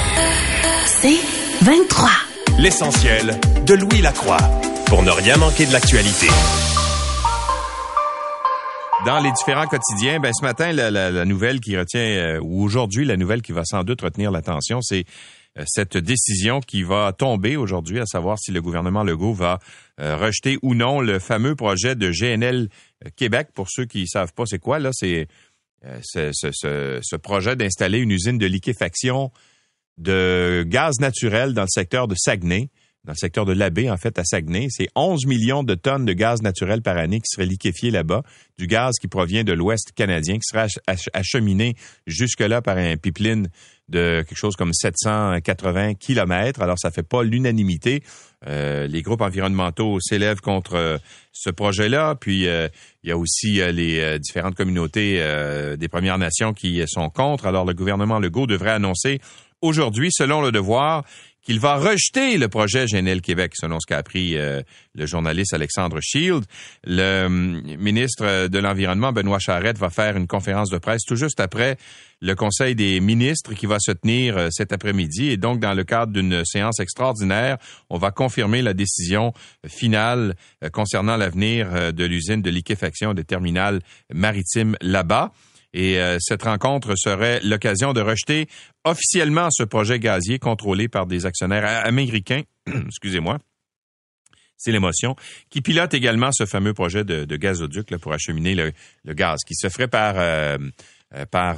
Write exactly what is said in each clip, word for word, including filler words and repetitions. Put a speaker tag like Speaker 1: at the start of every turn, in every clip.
Speaker 1: C'est vingt-trois.
Speaker 2: L'essentiel de Louis Lacroix, pour ne rien manquer de l'actualité.
Speaker 3: Dans les différents quotidiens, ben ce matin, la, la, la nouvelle qui retient, euh, ou aujourd'hui, la nouvelle qui va sans doute retenir l'attention, c'est euh, cette décision qui va tomber aujourd'hui, à savoir si le gouvernement Legault va euh, rejeter ou non le fameux projet de G N L Québec. Pour ceux qui savent pas c'est quoi, là, c'est euh, ce, ce, ce, ce projet d'installer une usine de liquéfaction de gaz naturel dans le secteur de Saguenay, dans le secteur de l'Abbé, en fait, à Saguenay. C'est onze millions de tonnes de gaz naturel par année qui seraient liquéfiés là-bas, du gaz qui provient de l'Ouest canadien, qui serait ach- acheminé jusque-là par un pipeline de quelque chose comme sept cent quatre-vingts kilomètres. Alors, ça fait pas l'unanimité. Euh, les groupes environnementaux s'élèvent contre euh, ce projet-là. Puis, euh, il y a aussi euh, les euh, différentes communautés euh, des Premières Nations qui sont contre. Alors, le gouvernement Legault devrait annoncer aujourd'hui, selon Le Devoir, qu'il va rejeter le projet G N L Québec, selon ce qu'a appris euh, le journaliste Alexandre Shield. Le euh, ministre de l'Environnement, Benoît Charette, va faire une conférence de presse tout juste après le Conseil des ministres qui va se tenir euh, cet après-midi. Et donc, dans le cadre d'une séance extraordinaire, on va confirmer la décision finale euh, concernant l'avenir euh, de l'usine de liquéfaction des terminales maritimes là-bas. Et euh, cette rencontre serait l'occasion de rejeter officiellement ce projet gazier contrôlé par des actionnaires américains, excusez-moi, c'est l'émotion, qui pilote également ce fameux projet de, de gazoduc là, pour acheminer le, le gaz, qui se ferait par euh, par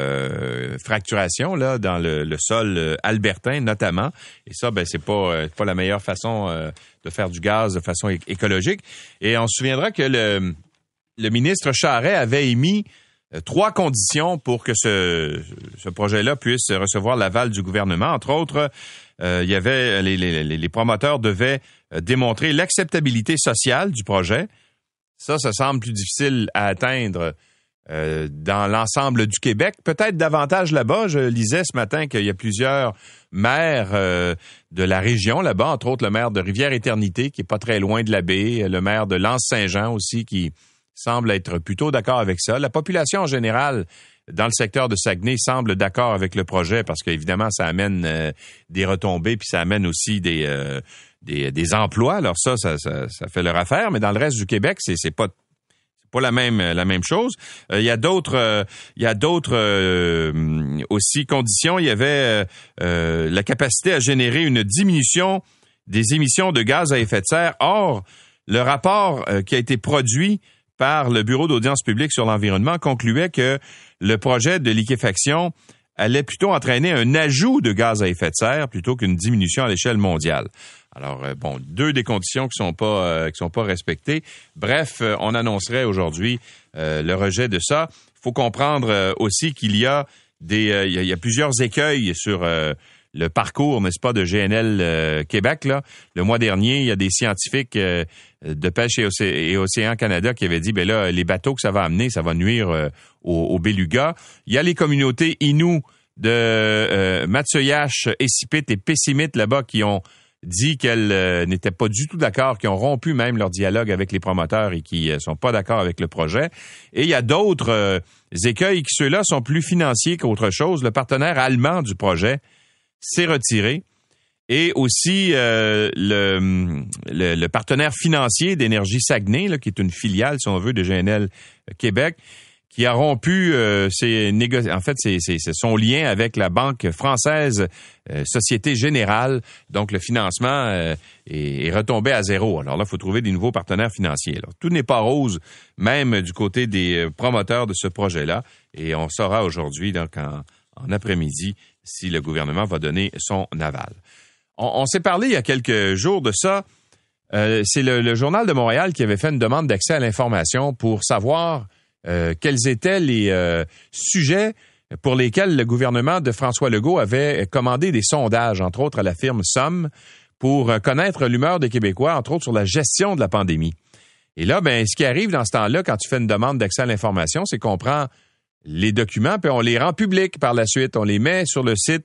Speaker 3: euh, fracturation là dans le, le sol albertain notamment. Et ça, ben c'est pas euh, pas la meilleure façon euh, de faire du gaz de façon é- écologique. Et on se souviendra que le le ministre Charest avait émis trois conditions pour que ce, ce projet-là puisse recevoir l'aval du gouvernement. Entre autres, euh, il y avait les, les, les promoteurs devaient démontrer l'acceptabilité sociale du projet. Ça, ça semble plus difficile à atteindre euh, dans l'ensemble du Québec. Peut-être davantage là-bas. Je lisais ce matin qu'il y a plusieurs maires euh, de la région là-bas, entre autres le maire de Rivière-Éternité, qui est pas très loin de la baie, le maire de L'Anse-Saint-Jean aussi, qui semble être plutôt d'accord avec ça. La population en général, dans le secteur de Saguenay, semble d'accord avec le projet parce qu'évidemment, ça amène euh, des retombées puis ça amène aussi des euh, des, des emplois. Alors ça, ça, ça, ça fait leur affaire. Mais dans le reste du Québec, c'est, c'est pas c'est pas la même la même chose. Il euh, y a d'autres euh, il y a d'autres euh, aussi conditions. Il y avait euh, la capacité à générer une diminution des émissions de gaz à effet de serre. Or, le rapport euh, qui a été produit par le Bureau d'audience publique sur l'environnement concluait que le projet de liquéfaction allait plutôt entraîner un ajout de gaz à effet de serre plutôt qu'une diminution à l'échelle mondiale. Alors, euh, bon, deux des conditions qui sont pas euh, qui sont pas respectées. Bref, euh, on annoncerait aujourd'hui euh, le rejet de ça. Il faut comprendre euh, aussi qu'il y a des euh, il y a, il y a plusieurs écueils sur euh, le parcours, n'est-ce pas, de G N L euh, Québec, là. Le mois dernier, il y a des scientifiques euh, de Pêche et, Océ- et Océan Canada qui avaient dit, ben là, les bateaux que ça va amener, ça va nuire euh, aux, aux belugas. Il y a les communautés Innu de euh, Matsuyash, Essipit et Pessimit là-bas qui ont dit qu'elles euh, n'étaient pas du tout d'accord, qui ont rompu même leur dialogue avec les promoteurs et qui euh, sont pas d'accord avec le projet. Et il y a d'autres euh, écueils qui, ceux-là, sont plus financiers qu'autre chose. Le partenaire allemand du projet s'est retiré. Et aussi euh, le, le, le partenaire financier d'Énergie Saguenay, là, qui est une filiale, si on veut, de G N L Québec, qui a rompu euh, ses négo- en fait, c'est, c'est, c'est son lien avec la banque française euh, Société Générale. Donc, le financement euh, est, est retombé à zéro. Alors là, il faut trouver des nouveaux partenaires financiers. Alors, tout n'est pas rose, même du côté des promoteurs de ce projet-là. Et on saura aujourd'hui, donc en, en après-midi, si le gouvernement va donner son aval. On, on s'est parlé il y a quelques jours de ça. Euh, c'est le, le Journal de Montréal qui avait fait une demande d'accès à l'information pour savoir euh, quels étaient les euh, sujets pour lesquels le gouvernement de François Legault avait commandé des sondages, entre autres à la firme Somme, pour connaître l'humeur des Québécois, entre autres sur la gestion de la pandémie. Et là, ben, ce qui arrive dans ce temps-là, quand tu fais une demande d'accès à l'information, c'est qu'on prend les documents puis on les rend publics par la suite. On les met sur le site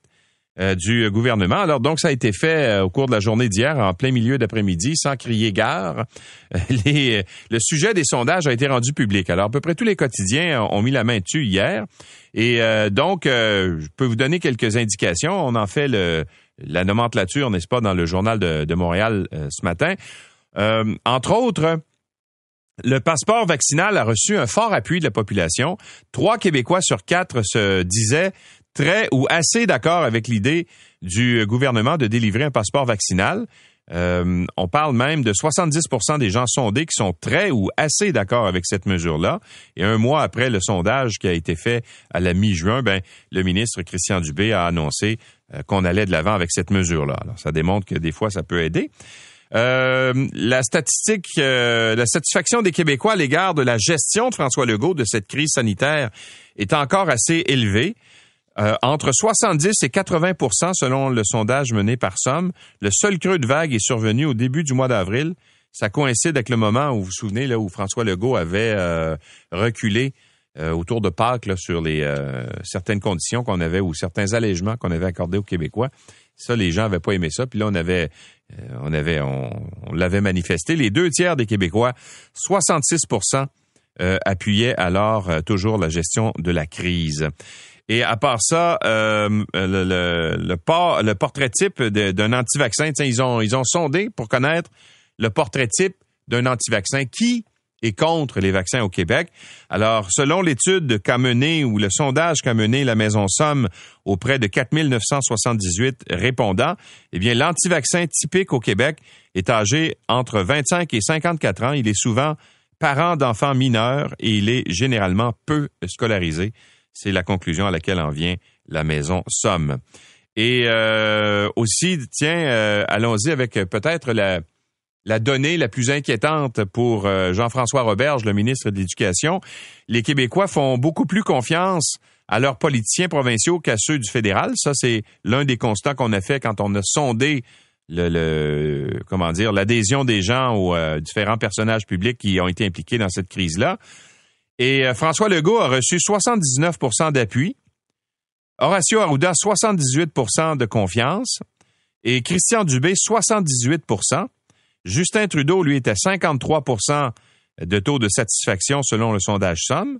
Speaker 3: euh, du gouvernement. Alors donc, ça a été fait euh, au cours de la journée d'hier, en plein milieu d'après-midi, sans crier gare. Euh, les, le sujet des sondages a été rendu public. Alors, à peu près tous les quotidiens ont mis la main dessus hier. Et euh, donc, euh, je peux vous donner quelques indications. On en fait le, la nomenclature, n'est-ce pas, dans le Journal de, de Montréal euh, ce matin. Euh, entre autres, le passeport vaccinal a reçu un fort appui de la population. Trois Québécois sur quatre se disaient très ou assez d'accord avec l'idée du gouvernement de délivrer un passeport vaccinal. Euh, on parle même de soixante-dix pour cent des gens sondés qui sont très ou assez d'accord avec cette mesure-là. Et un mois après le sondage qui a été fait à la mi-juin, ben, le ministre Christian Dubé a annoncé euh, qu'on allait de l'avant avec cette mesure-là. Alors, ça démontre que des fois, ça peut aider. Euh, la statistique, euh, la satisfaction des Québécois à l'égard de la gestion de François Legault de cette crise sanitaire est encore assez élevée. Euh, entre soixante-dix et quatre-vingts pour cent selon le sondage mené par Somme. Le seul creux de vague est survenu au début du mois d'avril. Ça coïncide avec le moment où vous vous souvenez là où François Legault avait euh, reculé euh, autour de Pâques là, sur les euh, certaines conditions qu'on avait ou certains allègements qu'on avait accordés aux Québécois. Ça, les gens n'avaient pas aimé ça. Puis là, on avait, euh, on avait, on, on l'avait manifesté. Les deux tiers des Québécois, soixante-six pour cent euh, appuyaient alors euh, toujours la gestion de la crise. Et à part ça, euh, le, le, le, por- le portrait type de, d'un anti-vaccin, ils ont, ils ont sondé pour connaître le portrait type d'un anti-vaccin. Qui est contre les vaccins au Québec? Alors, selon l'étude qu'a menée ou le sondage qu'a mené la Maison Somme auprès de quatre mille neuf cent soixante-dix-huit répondants, eh bien, l'anti-vaccin typique au Québec est âgé entre vingt-cinq et cinquante-quatre ans. Il est souvent parent d'enfants mineurs et il est généralement peu scolarisé. C'est la conclusion à laquelle en vient la Maison Somme. Et euh, aussi, tiens, euh, allons-y avec peut-être la, la donnée la plus inquiétante pour euh, Jean-François Roberge, le ministre de l'Éducation. Les Québécois font beaucoup plus confiance à leurs politiciens provinciaux qu'à ceux du fédéral. Ça, c'est l'un des constats qu'on a fait quand on a sondé le, le comment dire, l'adhésion des gens aux euh, différents personnages publics qui ont été impliqués dans cette crise-là. Et euh, François Legault a reçu soixante-dix-neuf pour cent d'appui, Horacio Arruda, soixante-dix-huit pour cent de confiance, et Christian Dubé, soixante-dix-huit pour cent. Justin Trudeau, lui, était cinquante-trois pour cent de taux de satisfaction selon le sondage Somme.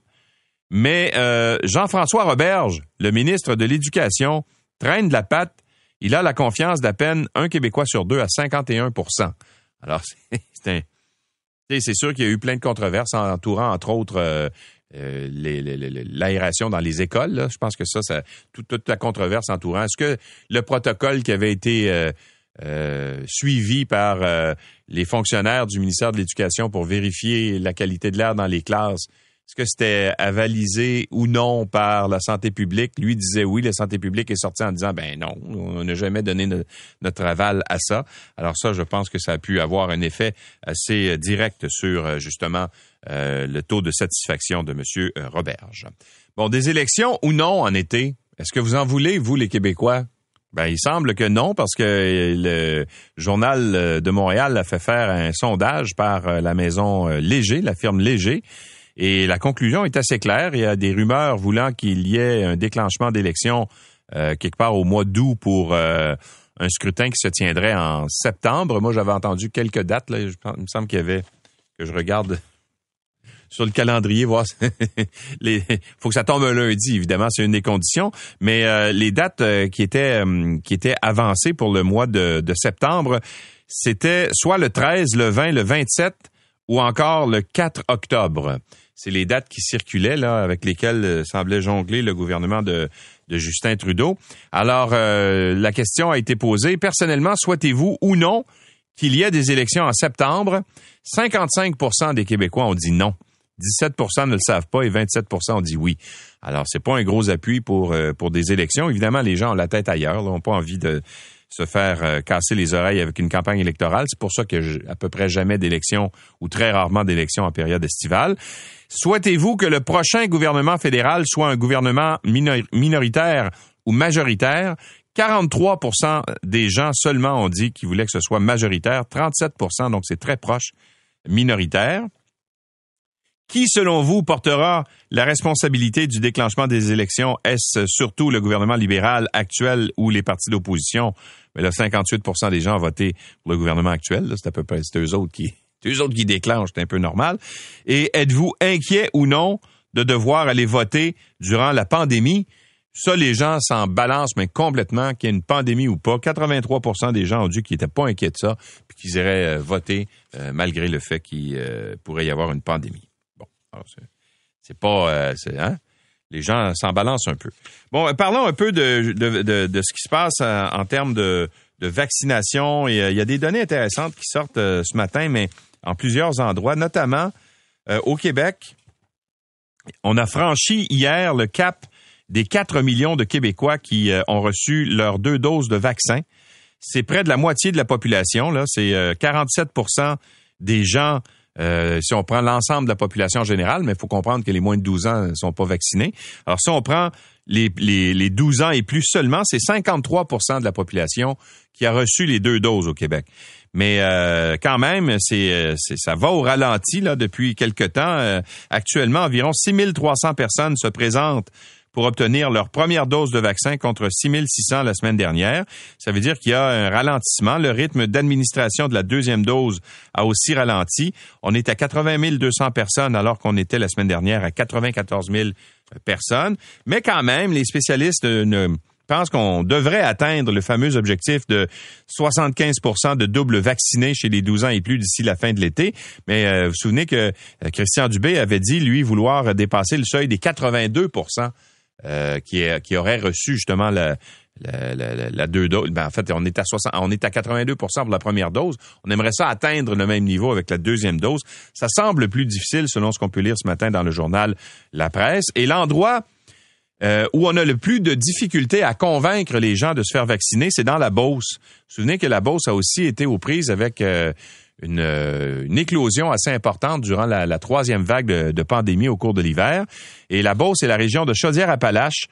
Speaker 3: Mais euh, Jean-François Roberge, le ministre de l'Éducation, traîne de la patte. Il a la confiance d'à peine un Québécois sur deux à cinquante et un pour cent. Alors, c'est, c'est un... C'est sûr qu'il y a eu plein de controverses entourant, entre autres, euh, euh, les, les, les, l'aération dans les écoles. Là. Je pense que ça, ça tout, toute la controverse entourant. Est-ce que le protocole qui avait été euh, euh, suivi par euh, les fonctionnaires du ministère de l'Éducation pour vérifier la qualité de l'air dans les classes, est-ce que c'était avalisé ou non par la santé publique? Lui disait oui, la santé publique est sortie en disant ben non, on n'a jamais donné no- notre aval à ça. Alors ça, je pense que ça a pu avoir un effet assez direct sur justement euh, le taux de satisfaction de M. Roberge. Bon, des élections ou non en été, est-ce que vous en voulez, vous les Québécois? Ben, il semble que non, parce que le Journal de Montréal a fait faire un sondage par la maison Léger, la firme Léger. Et la conclusion est assez claire. Il y a des rumeurs voulant qu'il y ait un déclenchement d'élection euh, quelque part au mois d'août pour euh, un scrutin qui se tiendrait en septembre. Moi, j'avais entendu quelques dates. Là. Je, il me semble qu'il y avait, que je regarde sur le calendrier, voir. Il faut que ça tombe un lundi, évidemment, c'est une des conditions. Mais euh, les dates euh, qui étaient euh, qui étaient avancées pour le mois de, de septembre, c'était soit le treize, le vingt, le vingt-sept ou encore le quatre octobre. C'est les dates qui circulaient, là, avec lesquelles euh, semblait jongler le gouvernement de, de Justin Trudeau. Alors, euh, la question a été posée. Personnellement, souhaitez-vous ou non qu'il y ait des élections en septembre? cinquante-cinq pour cent des Québécois ont dit non. dix-sept pour cent ne le savent pas et vingt-sept pour cent ont dit oui. Alors, c'est pas un gros appui pour, euh, pour des élections. Évidemment, les gens ont la tête ailleurs, n'ont pas envie de se faire euh, casser les oreilles avec une campagne électorale. C'est pour ça qu'il y a à peu près jamais d'élections ou très rarement d'élections en période estivale. Souhaitez-vous que le prochain gouvernement fédéral soit un gouvernement minor- minoritaire ou majoritaire? quarante-trois pour cent des gens seulement ont dit qu'ils voulaient que ce soit majoritaire. trente-sept pour cent, donc c'est très proche, minoritaire. Qui, selon vous, portera la responsabilité du déclenchement des élections? Est-ce surtout le gouvernement libéral actuel ou les partis d'opposition? Mais là, cinquante-huit pour cent des gens ont voté pour le gouvernement actuel. Là, c'est à peu près c'est eux autres qui, c'est eux autres qui déclenchent. C'est un peu normal. Et êtes-vous inquiet ou non de devoir aller voter durant la pandémie? Ça, les gens s'en balancent, mais complètement, qu'il y ait une pandémie ou pas. quatre-vingt-trois pour cent des gens ont dit qu'ils n'étaient pas inquiets de ça, puis qu'ils iraient euh, voter euh, malgré le fait qu'il euh, pourrait y avoir une pandémie. Bon, alors c'est, c'est pas... Euh, c'est, hein? Les gens s'en balancent un peu. Bon, parlons un peu de, de, de, de ce qui se passe en, en termes de, de vaccination. Et, euh, il y a des données intéressantes qui sortent euh, ce matin, mais en plusieurs endroits, notamment euh, au Québec. On a franchi hier le cap des quatre millions de Québécois qui euh, ont reçu leurs deux doses de vaccin. C'est près de la moitié de la population. Là, c'est euh, quarante-sept pour cent des gens, euh, si on prend l'ensemble de la population générale, mais il faut comprendre que les moins de douze ans ne sont pas vaccinés. Alors, si on prend les, les, les douze ans et plus seulement, c'est cinquante-trois pour cent de la population qui a reçu les deux doses au Québec. Mais euh, quand même, c'est, c'est ça va au ralenti là depuis quelque temps. Euh, actuellement, environ six mille trois cents personnes se présentent pour obtenir leur première dose de vaccin contre six mille six cents la semaine dernière. Ça veut dire qu'il y a un ralentissement. Le rythme d'administration de la deuxième dose a aussi ralenti. On est à quatre-vingt mille deux cents personnes alors qu'on était la semaine dernière à quatre-vingt-quatorze mille personnes. Mais quand même, les spécialistes ne pensent qu'on devrait atteindre le fameux objectif de soixante-quinze pour cent de double vaccinés chez les douze ans et plus d'ici la fin de l'été. Mais euh, vous vous souvenez que Christian Dubé avait dit, lui, vouloir dépasser le seuil des quatre-vingt-deux pour cent Euh, qui, est, qui aurait reçu justement la, la, la, la deux doses. Ben, en fait, on est à soixante, on est à quatre-vingt-deux pour cent pour la première dose. On aimerait ça atteindre le même niveau avec la deuxième dose. Ça semble plus difficile selon ce qu'on peut lire ce matin dans le journal La Presse. Et l'endroit euh, où on a le plus de difficultés à convaincre les gens de se faire vacciner, c'est dans la Beauce. Vous vous souvenez que la Beauce a aussi été aux prises avec euh, Une, une éclosion assez importante durant la, la troisième vague de, de pandémie au cours de l'hiver. Et la Beauce et la région de Chaudière-Appalaches,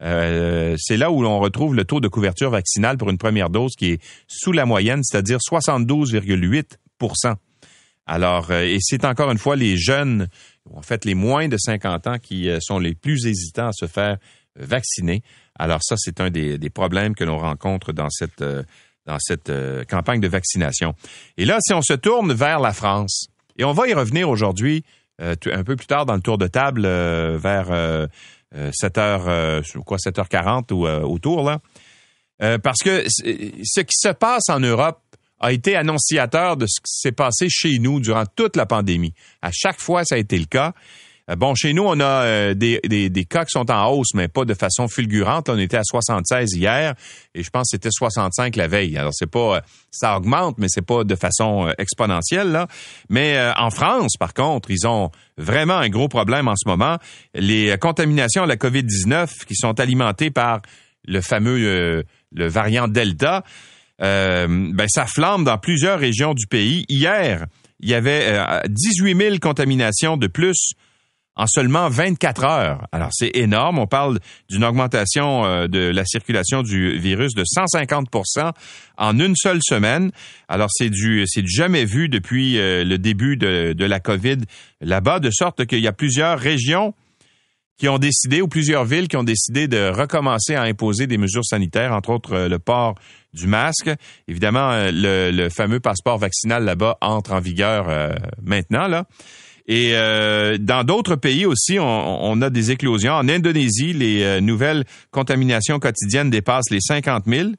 Speaker 3: euh, c'est là où l'on retrouve le taux de couverture vaccinale pour une première dose qui est sous la moyenne, c'est-à-dire soixante-douze virgule huit pour cent. Alors, euh, et c'est encore une fois les jeunes, en fait les moins de cinquante ans qui euh, sont les plus hésitants à se faire vacciner. Alors ça, c'est un des, des problèmes que l'on rencontre dans cette... Euh, dans cette euh, campagne de vaccination. Et là, si on se tourne vers la France, et on va y revenir aujourd'hui, euh, un peu plus tard dans le tour de table, euh, vers euh, sept heures, euh, quoi, sept heures quarante ou euh, autour, là, euh, parce que ce qui se passe en Europe a été annonciateur de ce qui s'est passé chez nous durant toute la pandémie. À chaque fois, ça a été le cas. Bon, chez nous, on a euh, des, des, des cas qui sont en hausse, mais pas de façon fulgurante. On était à soixante-seize hier et je pense que c'était soixante-cinq la veille. Alors, c'est pas, ça augmente, mais c'est pas de façon exponentielle, là. Mais euh, en France, par contre, ils ont vraiment un gros problème en ce moment. Les contaminations à la covid dix-neuf qui sont alimentées par le fameux euh, le variant Delta, euh, ben ça flambe dans plusieurs régions du pays. Hier, il y avait euh, dix-huit mille contaminations de plus en seulement vingt-quatre heures. Alors, c'est énorme. On parle d'une augmentation euh, de la circulation du virus de cent cinquante pour cent en une seule semaine. Alors, c'est du, c'est du jamais vu depuis euh, le début de, de la COVID là-bas, de sorte qu'il y a plusieurs régions qui ont décidé, ou plusieurs villes qui ont décidé de recommencer à imposer des mesures sanitaires, entre autres euh, le port du masque. Évidemment, euh, le, le fameux passeport vaccinal là-bas entre en vigueur euh, maintenant, là. Et euh, dans d'autres pays aussi, on, on a des éclosions. En Indonésie, les euh, nouvelles contaminations quotidiennes dépassent les cinquante mille.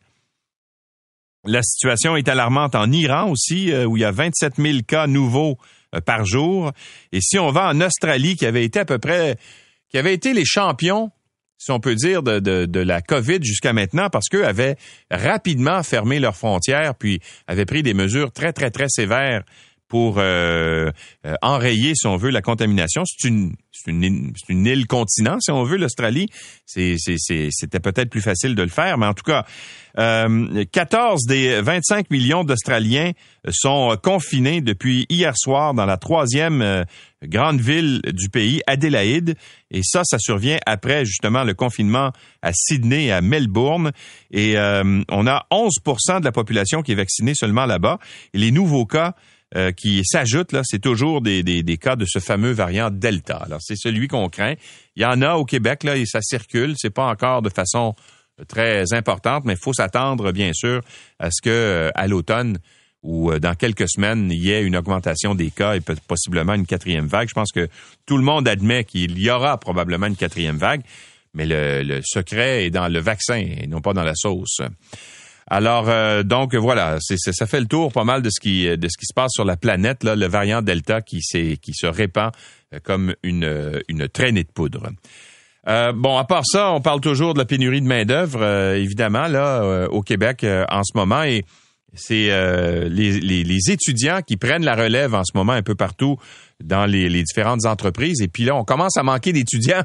Speaker 3: La situation est alarmante en Iran aussi, euh, où il y a vingt-sept mille cas nouveaux euh, par jour. Et si on va en Australie, qui avait été à peu près, qui avait été les champions, si on peut dire, de, de, de la COVID jusqu'à maintenant, parce qu'eux avaient rapidement fermé leurs frontières, puis avaient pris des mesures très, très, très sévères pour euh, euh, enrayer, si on veut, la contamination. C'est une, c'est une, c'est une île-continent, si on veut, l'Australie. C'est, c'est, c'est, c'était peut-être plus facile de le faire, mais en tout cas, euh, quatorze des vingt-cinq millions d'Australiens sont confinés depuis hier soir dans la troisième euh, grande ville du pays, Adélaïde. Et ça, ça survient après, justement, le confinement à Sydney et à Melbourne. Et euh, on a onze pour cent de la population qui est vaccinée seulement là-bas. Et les nouveaux cas euh, qui s'ajoutent, là, c'est toujours des, des, des cas de ce fameux variant Delta. Alors, c'est celui qu'on craint. Il y en a au Québec, là, et ça circule. C'est pas encore de façon très importante, mais il faut s'attendre, bien sûr, à ce que euh, à l'automne ou euh, dans quelques semaines, il y ait une augmentation des cas et peut- possiblement une quatrième vague. Je pense que tout le monde admet qu'il y aura probablement une quatrième vague, mais le, le secret est dans le vaccin et non pas dans la sauce. Alors, euh, donc voilà, c'est, c'est, ça fait le tour pas mal de ce qui de ce qui se passe sur la planète, là, le variant Delta qui, s'est, qui se répand euh, comme une, une traînée de poudre. Euh, bon, à part ça, on parle toujours de la pénurie de main-d'œuvre, euh, évidemment, là, euh, au Québec euh, en ce moment. Et c'est euh, les, les, les étudiants qui prennent la relève en ce moment un peu partout dans les, les différentes entreprises. Et puis là, on commence à manquer d'étudiants.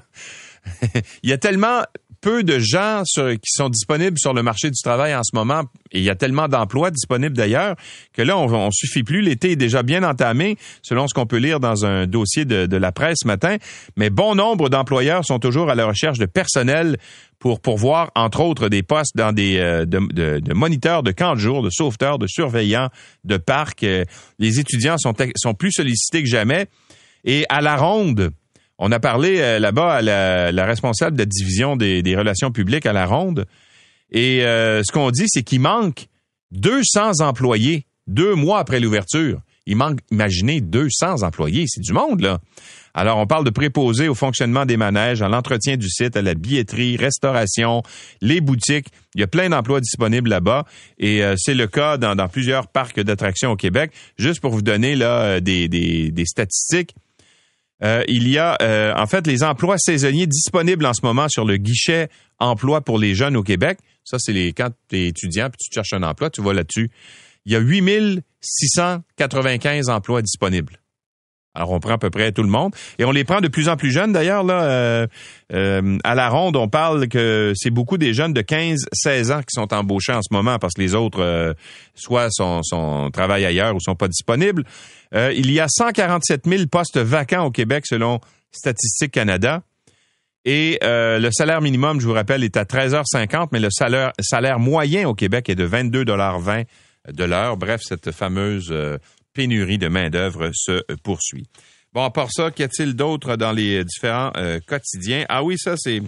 Speaker 3: Il y a tellement peu de gens sur, qui sont disponibles sur le marché du travail en ce moment, et il y a tellement d'emplois disponibles d'ailleurs, que là, on, on suffit plus. L'été est déjà bien entamé, selon ce qu'on peut lire dans un dossier de, de la presse ce matin. Mais bon nombre d'employeurs sont toujours à la recherche de personnel pour pourvoir, entre autres, des postes dans des euh, de, de, de moniteurs de camps de jour, de sauveteurs, de surveillants, de parcs. Les étudiants sont, sont plus sollicités que jamais. Et à la ronde, on a parlé euh, là-bas à la, la responsable de la division des, des relations publiques à la ronde. Et euh, ce qu'on dit, c'est qu'il manque deux cents employés deux mois après l'ouverture. Il manque, imaginez, deux cents employés. C'est du monde, là. Alors, on parle de préposés au fonctionnement des manèges, à l'entretien du site, à la billetterie, restauration, les boutiques. Il y a plein d'emplois disponibles là-bas. Et euh, c'est le cas dans, dans plusieurs parcs d'attractions au Québec. Juste pour vous donner là des, des, des statistiques. Euh, il y a, euh, en fait, les emplois saisonniers disponibles en ce moment sur le guichet emploi pour les jeunes au Québec. Ça, c'est les quand tu es étudiant puis tu cherches un emploi, tu vas là-dessus. Il y a huit mille six cent quatre-vingt-quinze emplois disponibles. Alors, on prend à peu près tout le monde. Et on les prend de plus en plus jeunes, d'ailleurs. Là, euh, euh, à la ronde, on parle que c'est beaucoup des jeunes de quinze seize ans qui sont embauchés en ce moment parce que les autres, euh, soit sont, sont travaillent ailleurs ou sont pas disponibles. Euh, il y a cent quarante-sept mille postes vacants au Québec, selon Statistique Canada. Et euh, le salaire minimum, je vous rappelle, est à treize heures cinquante, mais le salaire, salaire moyen au Québec est de vingt-deux dollars vingt de l'heure. Bref, cette fameuse euh, pénurie de main-d'œuvre se poursuit. Bon, à part ça, qu'y a-t-il d'autre dans les différents euh, quotidiens? Ah oui, ça, c'est...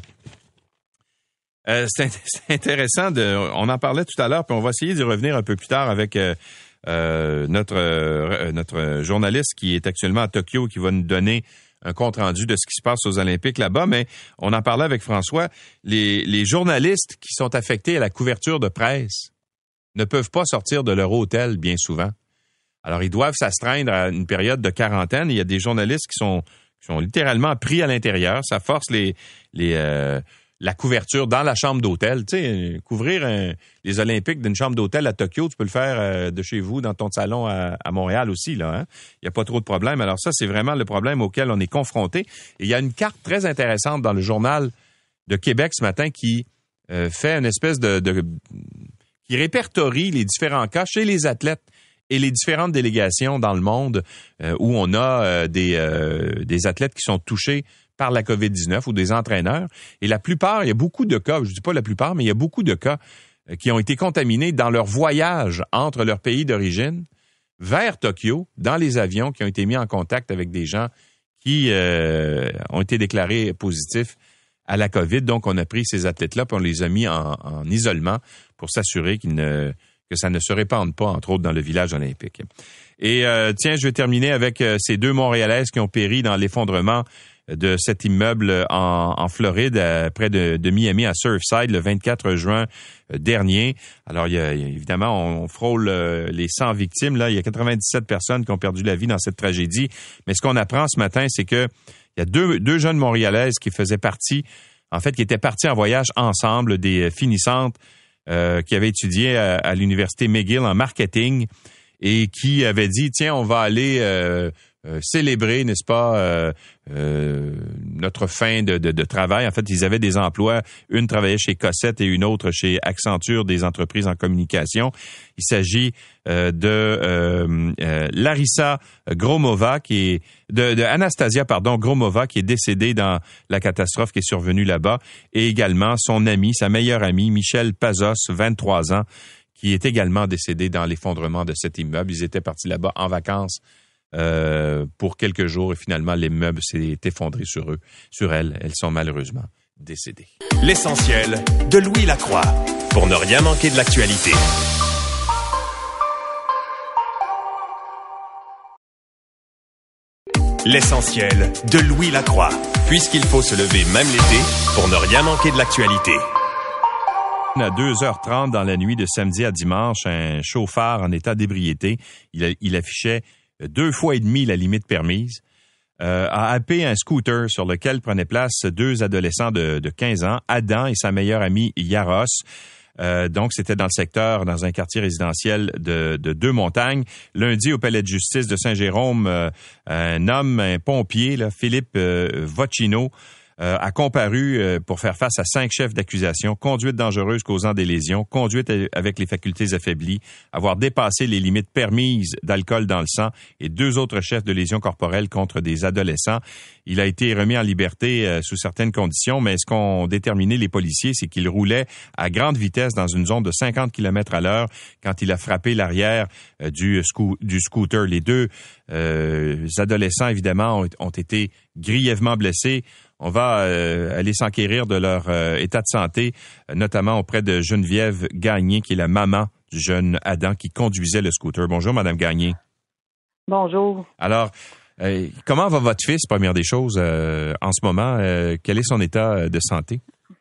Speaker 3: Euh, c'est, c'est intéressant. De, on en parlait tout à l'heure, puis on va essayer d'y revenir un peu plus tard avec... Euh, Euh, notre euh, notre journaliste qui est actuellement à Tokyo, qui va nous donner un compte-rendu de ce qui se passe aux Olympiques là-bas, mais on en parlait avec François, les, les journalistes qui sont affectés à la couverture de presse ne peuvent pas sortir de leur hôtel bien souvent. Alors, ils doivent s'astreindre à une période de quarantaine. Il y a des journalistes qui sont, qui sont littéralement pris à l'intérieur. Ça force les... les euh, la couverture dans la chambre d'hôtel. Tu sais, couvrir un, les Olympiques d'une chambre d'hôtel à Tokyo, tu peux le faire euh, de chez vous, dans ton salon à, à Montréal aussi, là. Hein? Il n'y a pas trop de problème. Alors ça, c'est vraiment le problème auquel on est confronté. Et il y a une carte très intéressante dans le Journal de Québec ce matin qui euh, fait une espèce de, de... qui répertorie les différents cas chez les athlètes et les différentes délégations dans le monde euh, où on a euh, des, euh, des athlètes qui sont touchés par la covid dix-neuf ou des entraîneurs. Et la plupart, il y a beaucoup de cas, je ne dis pas la plupart, mais il y a beaucoup de cas qui ont été contaminés dans leur voyage entre leur pays d'origine vers Tokyo, dans les avions qui ont été mis en contact avec des gens qui euh, ont été déclarés positifs à la COVID. Donc, on a pris ces athlètes-là puis on les a mis en, en isolement pour s'assurer qu'ils ne, que ça ne se répande pas, entre autres, dans le village olympique. Et euh, tiens, je vais terminer avec euh, ces deux Montréalaises qui ont péri dans l'effondrement de cet immeuble en, en Floride, à, près de, de Miami, à Surfside, le vingt-quatre juin dernier. Alors, il y a, évidemment, on, on frôle euh, les cent victimes. Là, il y a quatre-vingt-dix-sept personnes qui ont perdu la vie dans cette tragédie. Mais ce qu'on apprend ce matin, c'est que il y a deux, deux jeunes Montréalaises qui faisaient partie, en fait, qui étaient parties en voyage ensemble, des finissantes euh, qui avaient étudié à, à l'université McGill en marketing et qui avaient dit, tiens, on va aller... Euh, Euh, célébrer, n'est-ce pas, euh, euh, notre fin de, de, de travail. En fait, ils avaient des emplois. Une travaillait chez Cossette et une autre chez Accenture, des entreprises en communication. Il s'agit euh, de euh, euh, Larissa Gromova, qui est de, de Anastasia, pardon, Gromova, qui est décédée dans la catastrophe qui est survenue là-bas, et également son amie, sa meilleure amie, Michelle Pazos, vingt-trois ans, qui est également décédée dans l'effondrement de cet immeuble. Ils étaient partis là-bas en vacances euh, pour quelques jours et finalement, l'immeuble s'est effondré sur eux, sur elles. Elles sont malheureusement décédées.
Speaker 2: L'essentiel de Louis Lacroix, pour ne rien manquer de l'actualité. L'essentiel de Louis Lacroix, puisqu'il faut se lever même l'été pour ne rien manquer de l'actualité.
Speaker 3: À deux heures trente dans la nuit de samedi à dimanche, un chauffeur en état d'ébriété, il, a, il affichait deux fois et demi la limite permise, euh, a happé un scooter sur lequel prenaient place deux adolescents de, de quinze ans, Adam et sa meilleure amie Yaros. Euh, donc, c'était dans le secteur, dans un quartier résidentiel de, de Deux-Montagnes. Lundi, au palais de justice de Saint-Jérôme, euh, un homme, un pompier, là, Philippe euh, Vocino, euh, a comparu euh, pour faire face à cinq chefs d'accusation: conduite dangereuse causant des lésions, conduite avec les facultés affaiblies, avoir dépassé les limites permises d'alcool dans le sang et deux autres chefs de lésions corporelles contre des adolescents. Il a été remis en liberté euh, sous certaines conditions, mais ce qu'ont déterminé les policiers, c'est qu'il roulait à grande vitesse dans une zone de cinquante kilomètres à l'heure quand il a frappé l'arrière euh, du, sco- du scooter. Les deux euh, adolescents, évidemment, ont, ont été grièvement blessés. On va euh, aller s'enquérir de leur euh, état de santé, euh, notamment auprès de Geneviève Gagné, qui est la maman du jeune Adam qui conduisait le scooter. Bonjour, Madame Gagné.
Speaker 1: Bonjour.
Speaker 3: Alors, euh, comment va votre fils, première des choses, euh, en ce moment? Euh, quel est son état de santé?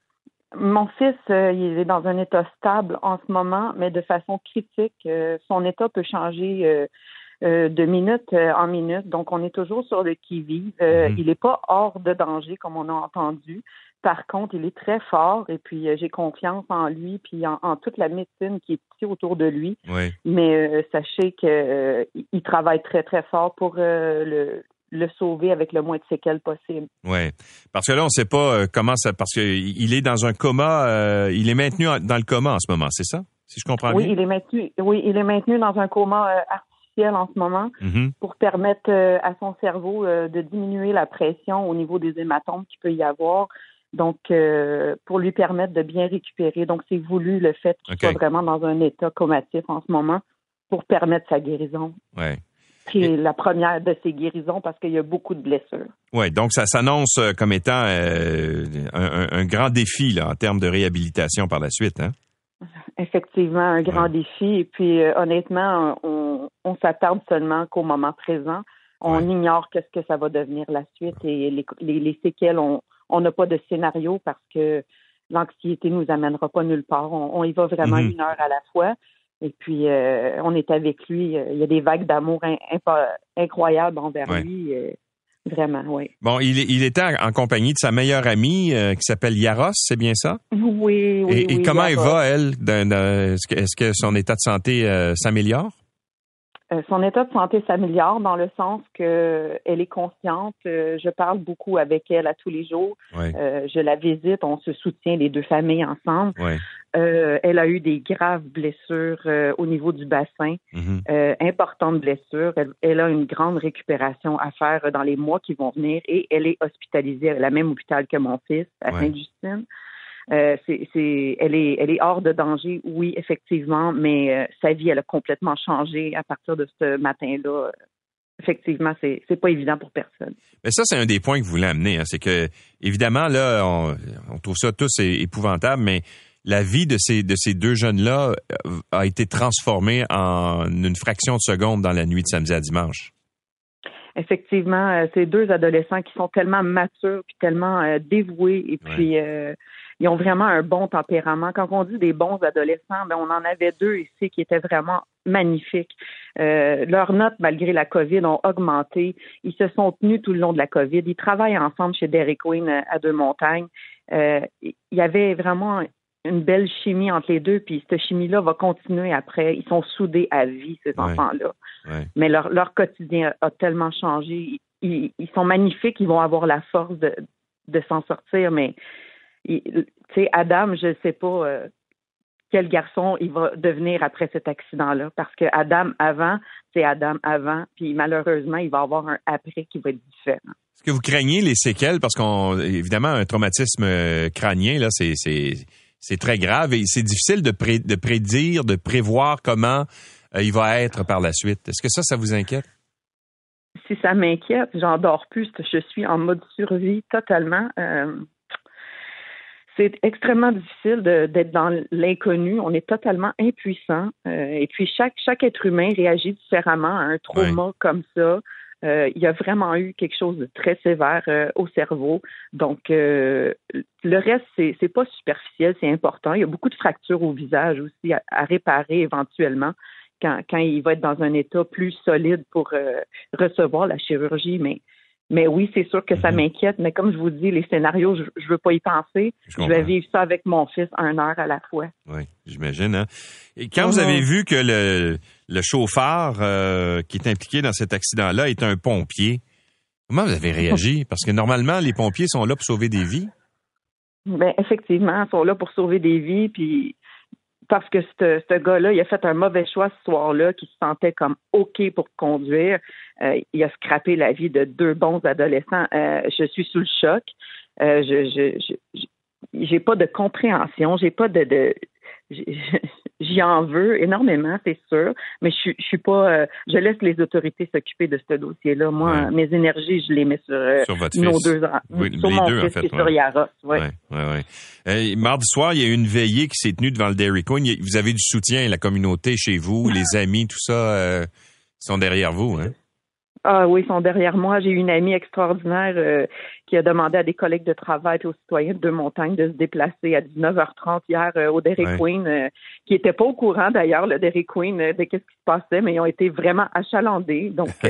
Speaker 1: Mon fils, euh, il est dans un état stable en ce moment, mais de façon critique. Euh, son état peut changer euh, euh, de minute euh, en minute. Donc, on est toujours sur le qui-vive. Euh, mm-hmm. Il n'est pas hors de danger, comme on a entendu. Par contre, il est très fort et puis euh, j'ai confiance en lui puis en, en toute la médecine qui est ici autour de lui.
Speaker 3: Oui.
Speaker 1: Mais euh, sachez qu'il euh, travaille très, très fort pour euh, le... le sauver avec le moins de séquelles possible.
Speaker 3: Oui, parce que là, on ne sait pas euh, comment ça... Parce qu'il est dans un coma, euh, il est maintenu en, dans le coma en ce moment, c'est ça? Si je comprends
Speaker 1: oui,
Speaker 3: bien?
Speaker 1: Il est maintenu, oui, il est maintenu dans un coma euh, artificiel en ce moment
Speaker 3: mm-hmm.
Speaker 1: pour permettre euh, à son cerveau euh, de diminuer la pression au niveau des hématomes qu'il peut y avoir. Donc, euh, pour lui permettre de bien récupérer. Donc, c'est voulu le fait qu'il okay. soit vraiment dans un état comatif en ce moment pour permettre sa guérison.
Speaker 3: Oui.
Speaker 1: C'est Et... la première de ses guérisons parce qu'il y a beaucoup de blessures.
Speaker 3: Oui, donc ça s'annonce comme étant euh, un, un grand défi là, en termes de réhabilitation par la suite, hein?
Speaker 1: Effectivement, un grand
Speaker 3: ouais.
Speaker 1: défi. Et puis, euh, honnêtement, on, on s'attarde seulement qu'au moment présent. On ouais. ignore qu'est-ce que ça va devenir la suite et les, les, les séquelles, on on n'a pas de scénario parce que l'anxiété nous amènera pas nulle part. On, on y va vraiment mm-hmm. une heure à la fois. Et puis, euh, on est avec lui. Il y a des vagues d'amour in, in, incroyables envers ouais. lui. Euh, vraiment, oui.
Speaker 3: Bon, il, il était en compagnie de sa meilleure amie euh, qui s'appelle Yaros, c'est bien ça?
Speaker 1: Oui, oui,
Speaker 3: Et, et
Speaker 1: oui,
Speaker 3: comment
Speaker 1: Yaros.
Speaker 3: elle va, elle? Dans, dans, est-ce, que, est-ce que son état de santé euh, s'améliore?
Speaker 1: Euh, son état de santé s'améliore dans le sens que elle est consciente. Euh, je parle beaucoup avec elle à tous les jours.
Speaker 3: Oui.
Speaker 1: Euh, je la visite, on se soutient les deux familles ensemble.
Speaker 3: Oui.
Speaker 1: Euh, elle a eu des graves blessures euh, au niveau du bassin,
Speaker 3: mm-hmm.
Speaker 1: euh, importantes blessures. Elle, elle a une grande récupération à faire dans les mois qui vont venir et elle est hospitalisée à la même hôpital que mon fils, à
Speaker 3: oui.
Speaker 1: Sainte-Justine. Euh, c'est, c'est, elle est, elle est hors de danger, oui, effectivement, mais euh, sa vie, elle a complètement changé à partir de ce matin-là. Effectivement, c'est, c'est pas évident pour personne.
Speaker 3: Mais ça, c'est un des points que vous voulez amener, hein, c'est que, évidemment, là, on, on trouve ça tous épouvantable, mais la vie de ces, de ces deux jeunes-là a été transformée en une fraction de seconde dans la nuit de samedi à dimanche.
Speaker 1: Effectivement, euh, ces deux adolescents qui sont tellement matures puis tellement euh, dévoués et puis ouais. euh, ils ont vraiment un bon tempérament. Quand on dit des bons adolescents, ben on en avait deux ici qui étaient vraiment magnifiques. Euh, leurs notes, malgré la COVID, ont augmenté. Ils se sont tenus tout le long de la COVID. Ils travaillent ensemble chez Dairy Queen à Deux-Montagnes. Euh, il y avait vraiment une belle chimie entre les deux, puis cette chimie-là va continuer après. Ils sont soudés à vie, ces
Speaker 3: ouais.
Speaker 1: enfants-là.
Speaker 3: Ouais.
Speaker 1: Mais leur, leur quotidien a tellement changé. Ils, ils sont magnifiques, ils vont avoir la force de, de s'en sortir, mais tu sais, Adam, je ne sais pas euh, quel garçon il va devenir après cet accident-là, parce que Adam avant, c'est Adam avant, puis malheureusement, il va avoir un après qui va être différent.
Speaker 3: Est-ce que vous craignez les séquelles? Parce qu'on, évidemment, un traumatisme crânien, là, c'est, c'est, c'est très grave et c'est difficile de, pré, de prédire, de prévoir comment euh, il va être par la suite. Est-ce que ça, ça vous inquiète?
Speaker 1: Si ça m'inquiète, j'en dors plus. Je suis en mode survie totalement. Euh, c'est extrêmement difficile de, d'être dans l'inconnu. On est totalement impuissant. Euh, et puis, chaque, chaque être humain réagit différemment à un trauma ouais. comme ça. Euh, il y a vraiment eu quelque chose de très sévère euh, au cerveau. Donc, euh, le reste, c'est, c'est pas superficiel, c'est important. Il y a beaucoup de fractures au visage aussi à, à réparer éventuellement quand, quand il va être dans un état plus solide pour euh, recevoir la chirurgie. Mais, mais oui, c'est sûr que ça mm-hmm. m'inquiète. Mais comme je vous dis, les scénarios, je, je veux pas y penser. Je, je vais vivre ça avec mon fils un heure à la fois.
Speaker 3: Oui, j'imagine. Hein? Et quand mm-hmm. vous avez vu que le, le chauffeur euh, qui est impliqué dans cet accident-là est un pompier, comment vous avez réagi? Parce que normalement, les pompiers sont là pour sauver des vies.
Speaker 1: Bien, effectivement, ils sont là pour sauver des vies, puis parce que ce, ce gars-là, il a fait un mauvais choix ce soir-là, qui se sentait comme OK pour conduire. Euh, il a scrappé la vie de deux bons adolescents. Euh, je suis sous le choc. Euh, je, je, je, j'ai pas de compréhension. J'ai pas de... de j'y en veux énormément, c'est sûr, mais je, je suis pas... Euh, je laisse les autorités s'occuper de ce dossier-là. Moi, ouais. mes énergies, je les mets sur, euh,
Speaker 3: sur votre
Speaker 1: nos
Speaker 3: fils.
Speaker 1: deux...
Speaker 3: Oui,
Speaker 1: sur
Speaker 3: les
Speaker 1: mon
Speaker 3: deux,
Speaker 1: fils
Speaker 3: en fait,
Speaker 1: et
Speaker 3: ouais.
Speaker 1: sur Yaros. Oui,
Speaker 3: ouais, ouais, ouais. Euh, mardi soir, il y a eu une veillée qui s'est tenue devant le Dairy Queen. Vous avez du soutien, la communauté chez vous, les amis, tout ça, euh, sont derrière vous, hein?
Speaker 1: Ah oui, ils sont derrière moi. J'ai eu une amie extraordinaire euh, qui a demandé à des collègues de travail et aux citoyens de Deux-Montagnes de se déplacer à dix-neuf heures trente hier euh, au Dairy ouais. Queen, euh, qui n'étaient pas au courant d'ailleurs, le Dairy Queen, euh, de qu'est-ce qui se passait, mais ils ont été vraiment achalandés. Donc, euh,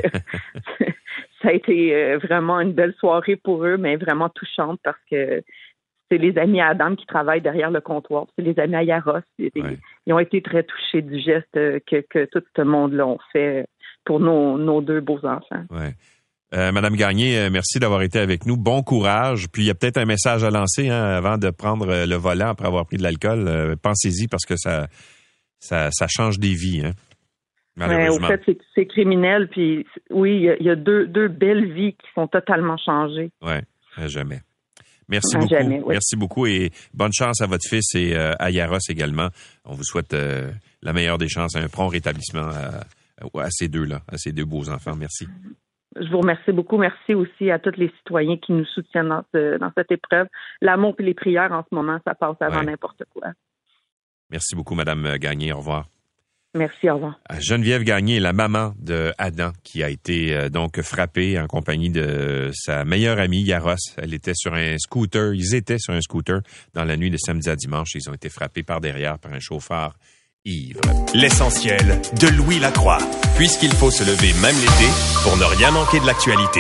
Speaker 1: ça a été euh, vraiment une belle soirée pour eux, mais vraiment touchante parce que c'est les amis à Adam qui travaillent derrière le comptoir. C'est les amis à Yaros. Ils, ouais. ils ont été très touchés du geste que, que tout ce monde-là ont fait pour nos, nos deux beaux enfants.
Speaker 3: Ouais. Euh, Madame Gagné, euh, merci d'avoir été avec nous. Bon courage. Puis il y a peut-être un message à lancer hein, avant de prendre euh, le volant après avoir pris de l'alcool. Euh, pensez-y parce que ça, ça, ça change des vies. Hein, malheureusement.
Speaker 1: Ouais, au fait, c'est, c'est criminel. Puis oui, il y a, il y a deux, deux belles vies qui sont totalement changées.
Speaker 3: Oui, à jamais. Merci
Speaker 1: à
Speaker 3: beaucoup.
Speaker 1: Jamais, oui.
Speaker 3: Merci beaucoup et bonne chance à votre fils et euh, à Yaros également. On vous souhaite euh, la meilleure des chances, un prompt rétablissement à, à ces deux-là, à ces deux beaux enfants. Merci.
Speaker 1: Je vous remercie beaucoup. Merci aussi à tous les citoyens qui nous soutiennent dans, ce, dans cette épreuve. L'amour et les prières, en ce moment, ça passe avant ouais. n'importe quoi.
Speaker 3: Merci beaucoup, Madame Gagné. Au revoir.
Speaker 1: Merci, au revoir.
Speaker 3: Geneviève Gagné est la maman de Adam qui a été euh, donc frappée en compagnie de sa meilleure amie, Yaros. Elle était sur un scooter. Ils étaient sur un scooter dans la nuit de samedi à dimanche. Ils ont été frappés par derrière par un chauffeur ivre.
Speaker 2: L'essentiel de Louis Lacroix, puisqu'il faut se lever même l'été pour ne rien manquer de l'actualité.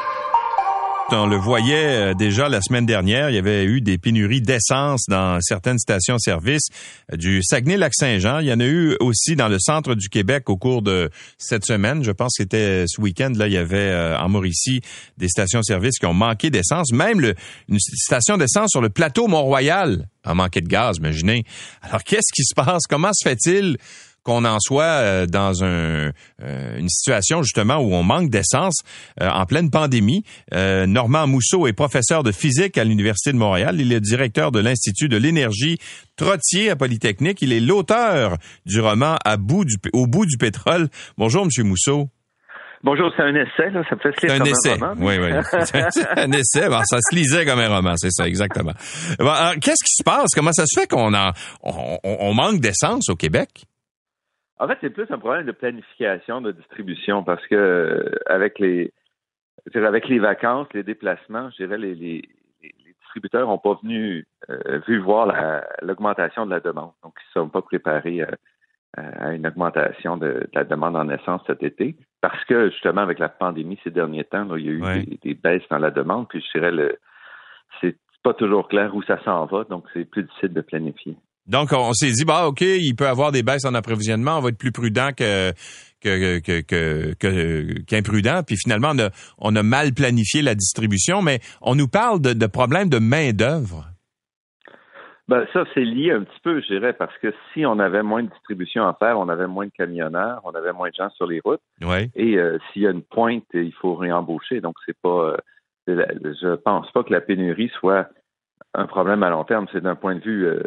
Speaker 3: On le voyait déjà la semaine dernière, il y avait eu des pénuries d'essence dans certaines stations-service du Saguenay-Lac-Saint-Jean. Il y en a eu aussi dans le centre du Québec au cours de cette semaine. Je pense que c'était ce week-end. Là, il y avait euh, en Mauricie des stations-service qui ont manqué d'essence. Même le, une station d'essence sur le plateau Mont-Royal a manqué de gaz, imaginez. Alors, qu'est-ce qui se passe? Comment se fait-il qu'on en soit dans un, euh, une situation justement où on manque d'essence euh, en pleine pandémie. Euh, Normand Mousseau est professeur de physique à l'Université de Montréal. Il est directeur de l'Institut de l'énergie Trottier à Polytechnique. Il est l'auteur du roman à bout du, Au bout du pétrole. Bonjour, Monsieur Mousseau.
Speaker 4: Bonjour, c'est un essai, là. Ça peut se lire
Speaker 3: c'est
Speaker 4: comme
Speaker 3: un essai.
Speaker 4: un roman.
Speaker 3: Oui, oui. C'est un essai. Bon, ça se lisait comme un roman, c'est ça, exactement. Bon, alors, qu'est-ce qui se passe? Comment ça se fait qu'on en, on, on manque d'essence au Québec?
Speaker 4: En fait, c'est plus un problème de planification, de distribution, parce que euh, avec les avec les vacances, les déplacements, je dirais les, les, les distributeurs n'ont pas venu euh, vu voir la, l'augmentation de la demande. Donc, ils ne sont pas préparés à, à une augmentation de, de la demande en essence cet été, parce que justement, avec la pandémie ces derniers temps, là, il y a eu ouais. des, des baisses dans la demande, puis je dirais le c'est pas toujours clair où ça s'en va, donc c'est plus difficile de planifier.
Speaker 3: Donc, on s'est dit, bah, OK, il peut y avoir des baisses en approvisionnement, on va être plus prudent que, que, que, que, que, qu'imprudent. Puis finalement, on a, on a mal planifié la distribution, mais on nous parle de, de problèmes de main-d'œuvre.
Speaker 4: Ben, ça, c'est lié un petit peu, je dirais, parce que si on avait moins de distribution à faire, on avait moins de camionneurs, on avait moins de gens sur les routes.
Speaker 3: Ouais. Et
Speaker 4: euh, s'il y a une pointe, il faut réembaucher. Donc, c'est pas, euh, je pense pas que la pénurie soit un problème à long terme. C'est d'un point de vue euh,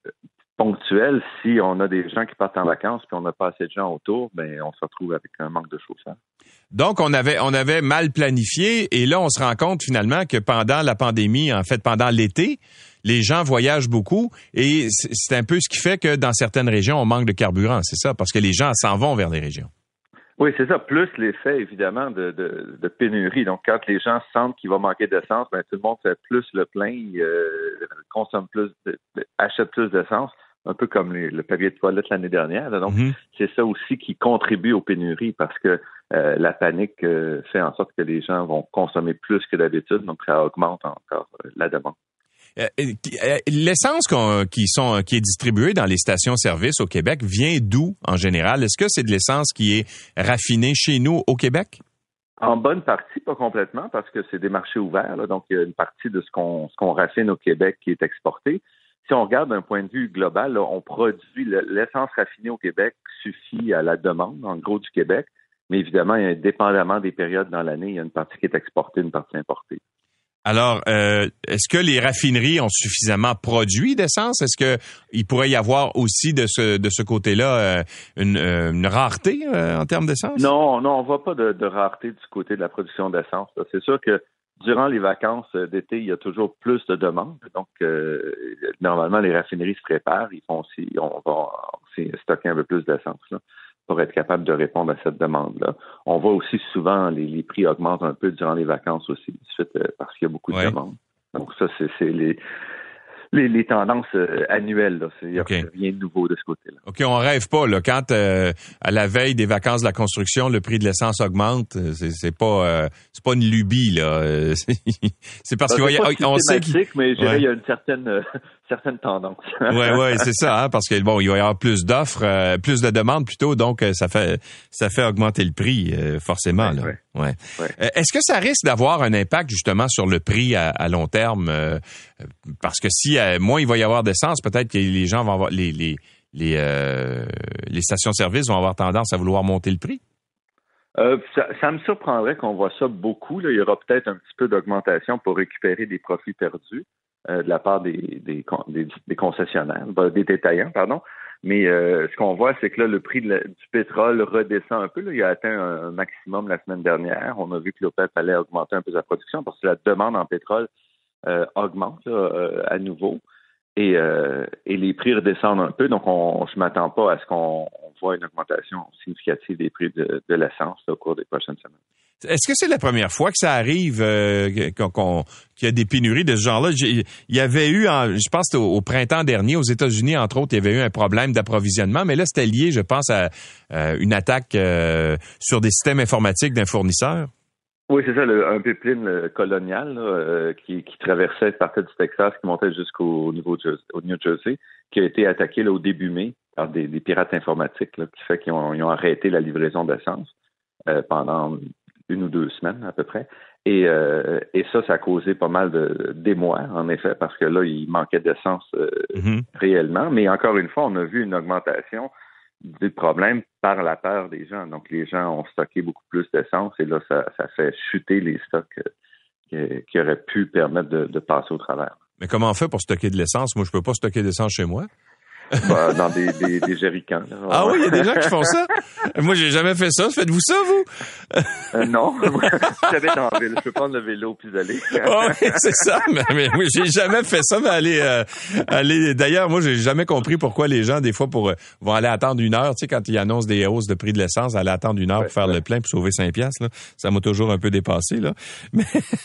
Speaker 4: ponctuel. Si on a des gens qui partent en vacances puis on n'a pas assez de gens autour, ben on se retrouve avec un manque de chauffeurs.
Speaker 3: Donc, on avait on avait mal planifié et là, on se rend compte finalement que pendant la pandémie, en fait, pendant l'été, les gens voyagent beaucoup et c'est un peu ce qui fait que dans certaines régions, on manque de carburant, c'est ça? Parce que les gens s'en vont vers les régions.
Speaker 4: Oui, c'est ça. Plus l'effet, évidemment, de, de, de pénurie. Donc, quand les gens sentent qu'il va manquer d'essence, ben, tout le monde fait plus le plein, euh, consomme plus, de, de, achète plus d'essence, un peu comme les, le papier de toilette l'année dernière. Là. Donc, mm-hmm. c'est ça aussi qui contribue aux pénuries parce que euh, la panique euh, fait en sorte que les gens vont consommer plus que d'habitude. Donc, ça augmente encore euh, la demande.
Speaker 3: Euh, l'essence qu'on, qui, sont, qui est distribuée dans les stations-service au Québec vient d'où en général? Est-ce que c'est de l'essence qui est raffinée chez nous au Québec?
Speaker 4: En bonne partie, pas complètement, parce que c'est des marchés ouverts. Là, donc, il y a une partie de ce qu'on, ce qu'on raffine au Québec qui est exporté. Si on regarde d'un point de vue global, là, on produit l'essence raffinée au Québec suffit à la demande, en gros, du Québec. Mais évidemment, il y a, dépendamment des périodes dans l'année, il y a une partie qui est exportée, une partie importée.
Speaker 3: Alors, euh, est-ce que les raffineries ont suffisamment produit d'essence? Est-ce que il pourrait y avoir aussi de ce de ce côté-là euh, une, euh, une rareté euh, en termes d'essence?
Speaker 4: Non, non, on voit pas de, de rareté du côté de la production d'essence. Là. C'est sûr que durant les vacances d'été, il y a toujours plus de demandes. Donc, euh, normalement, les raffineries se préparent. Ils font aussi, on va aussi stocker un peu plus d'essence là, pour être capable de répondre à cette demande-là. On voit aussi souvent les, les prix augmentent un peu durant les vacances aussi, suite, euh, parce qu'il y a beaucoup de ouais. demandes. Donc ça, c'est, c'est les, les, les tendances euh, annuelles. Là. Il n'y a okay. rien de nouveau de ce côté-là.
Speaker 3: OK, on rêve pas. Là. Quand euh, à la veille des vacances de la construction, le prix de l'essence augmente, c'est, c'est pas euh, c'est pas une lubie. Là. C'est parce
Speaker 4: ben,
Speaker 3: qu'il
Speaker 4: va y on sait qu'il... mais je dirais
Speaker 3: ouais.
Speaker 4: il y a une certaine euh, certaine tendance.
Speaker 3: ouais, ouais, c'est ça, hein, parce que bon, il va y avoir plus d'offres, euh, plus de demandes plutôt, donc euh, ça fait ça fait augmenter le prix euh, forcément. Ouais, là. Ouais. Ouais. Ouais. Euh, est-ce que ça risque d'avoir un impact justement sur le prix à, à long terme, euh, parce que si euh, moins il va y avoir d'essence, peut-être que les gens vont avoir les les les euh, les stations-service vont avoir tendance à vouloir monter le prix.
Speaker 4: Euh, ça, ça me surprendrait qu'on voit ça beaucoup. Là. Il y aura peut-être un petit peu d'augmentation pour récupérer des profits perdus. Euh, de la part des, des, des, des concessionnaires, des détaillants, pardon. Mais euh, ce qu'on voit, c'est que là, le prix de la, du pétrole redescend un peu. Là. Il a atteint un, un maximum la semaine dernière. On a vu que l'OPEP allait augmenter un peu sa production parce que la demande en pétrole euh, augmente là, euh, à nouveau et, euh, et les prix redescendent un peu. Donc, on, je ne m'attends pas à ce qu'on on voit une augmentation significative des prix de, de l'essence là, au cours des prochaines semaines.
Speaker 3: Est-ce que c'est la première fois que ça arrive, euh, qu'on, qu'on, qu'il y a des pénuries de ce genre-là? Il y avait eu, en, je pense, au, au printemps dernier, aux États-Unis, entre autres, il y avait eu un problème d'approvisionnement, mais là, c'était lié, je pense, à euh, une attaque euh, sur des systèmes informatiques d'un fournisseur.
Speaker 4: Oui, c'est ça, le, un pipeline le colonial là, euh, qui, qui traversait, partait du Texas, qui montait jusqu'au niveau de, au New Jersey, qui a été attaqué là, au début mai par des, des pirates informatiques, là, qui fait qu'ils ont, ils ont arrêté la livraison d'essence euh, pendant une ou deux semaines à peu près. Et, euh, et ça, ça a causé pas mal de, d'émoi, en effet, parce que là, il manquait d'essence euh, mm-hmm. réellement. Mais encore une fois, on a vu une augmentation du problème par la peur des gens. Donc, les gens ont stocké beaucoup plus d'essence et là, ça, ça fait chuter les stocks euh, qui, qui auraient pu permettre de, de passer au travers.
Speaker 3: Mais comment on fait pour stocker de l'essence? Moi, je peux pas stocker d'essence chez moi.
Speaker 4: Bah, dans des, des, des jerrycans. Là.
Speaker 3: Ah oui, il y a des gens qui font ça. Moi, j'ai jamais fait ça. Faites-vous ça, vous?
Speaker 4: Euh, non. J'habite en ville. Je peux prendre le vélo puis aller.
Speaker 3: Oh, oui, c'est ça. Mais, mais oui, j'ai jamais fait ça. Mais aller, euh, aller. D'ailleurs, moi, j'ai jamais compris pourquoi les gens, des fois, pour euh, vont aller attendre une heure. Tu sais, quand ils annoncent des hausses de prix de l'essence, aller attendre une heure ouais, pour faire ouais. le plein pour sauver cinq piastres. Là, ça m'a toujours un peu dépassé. Là. Mais...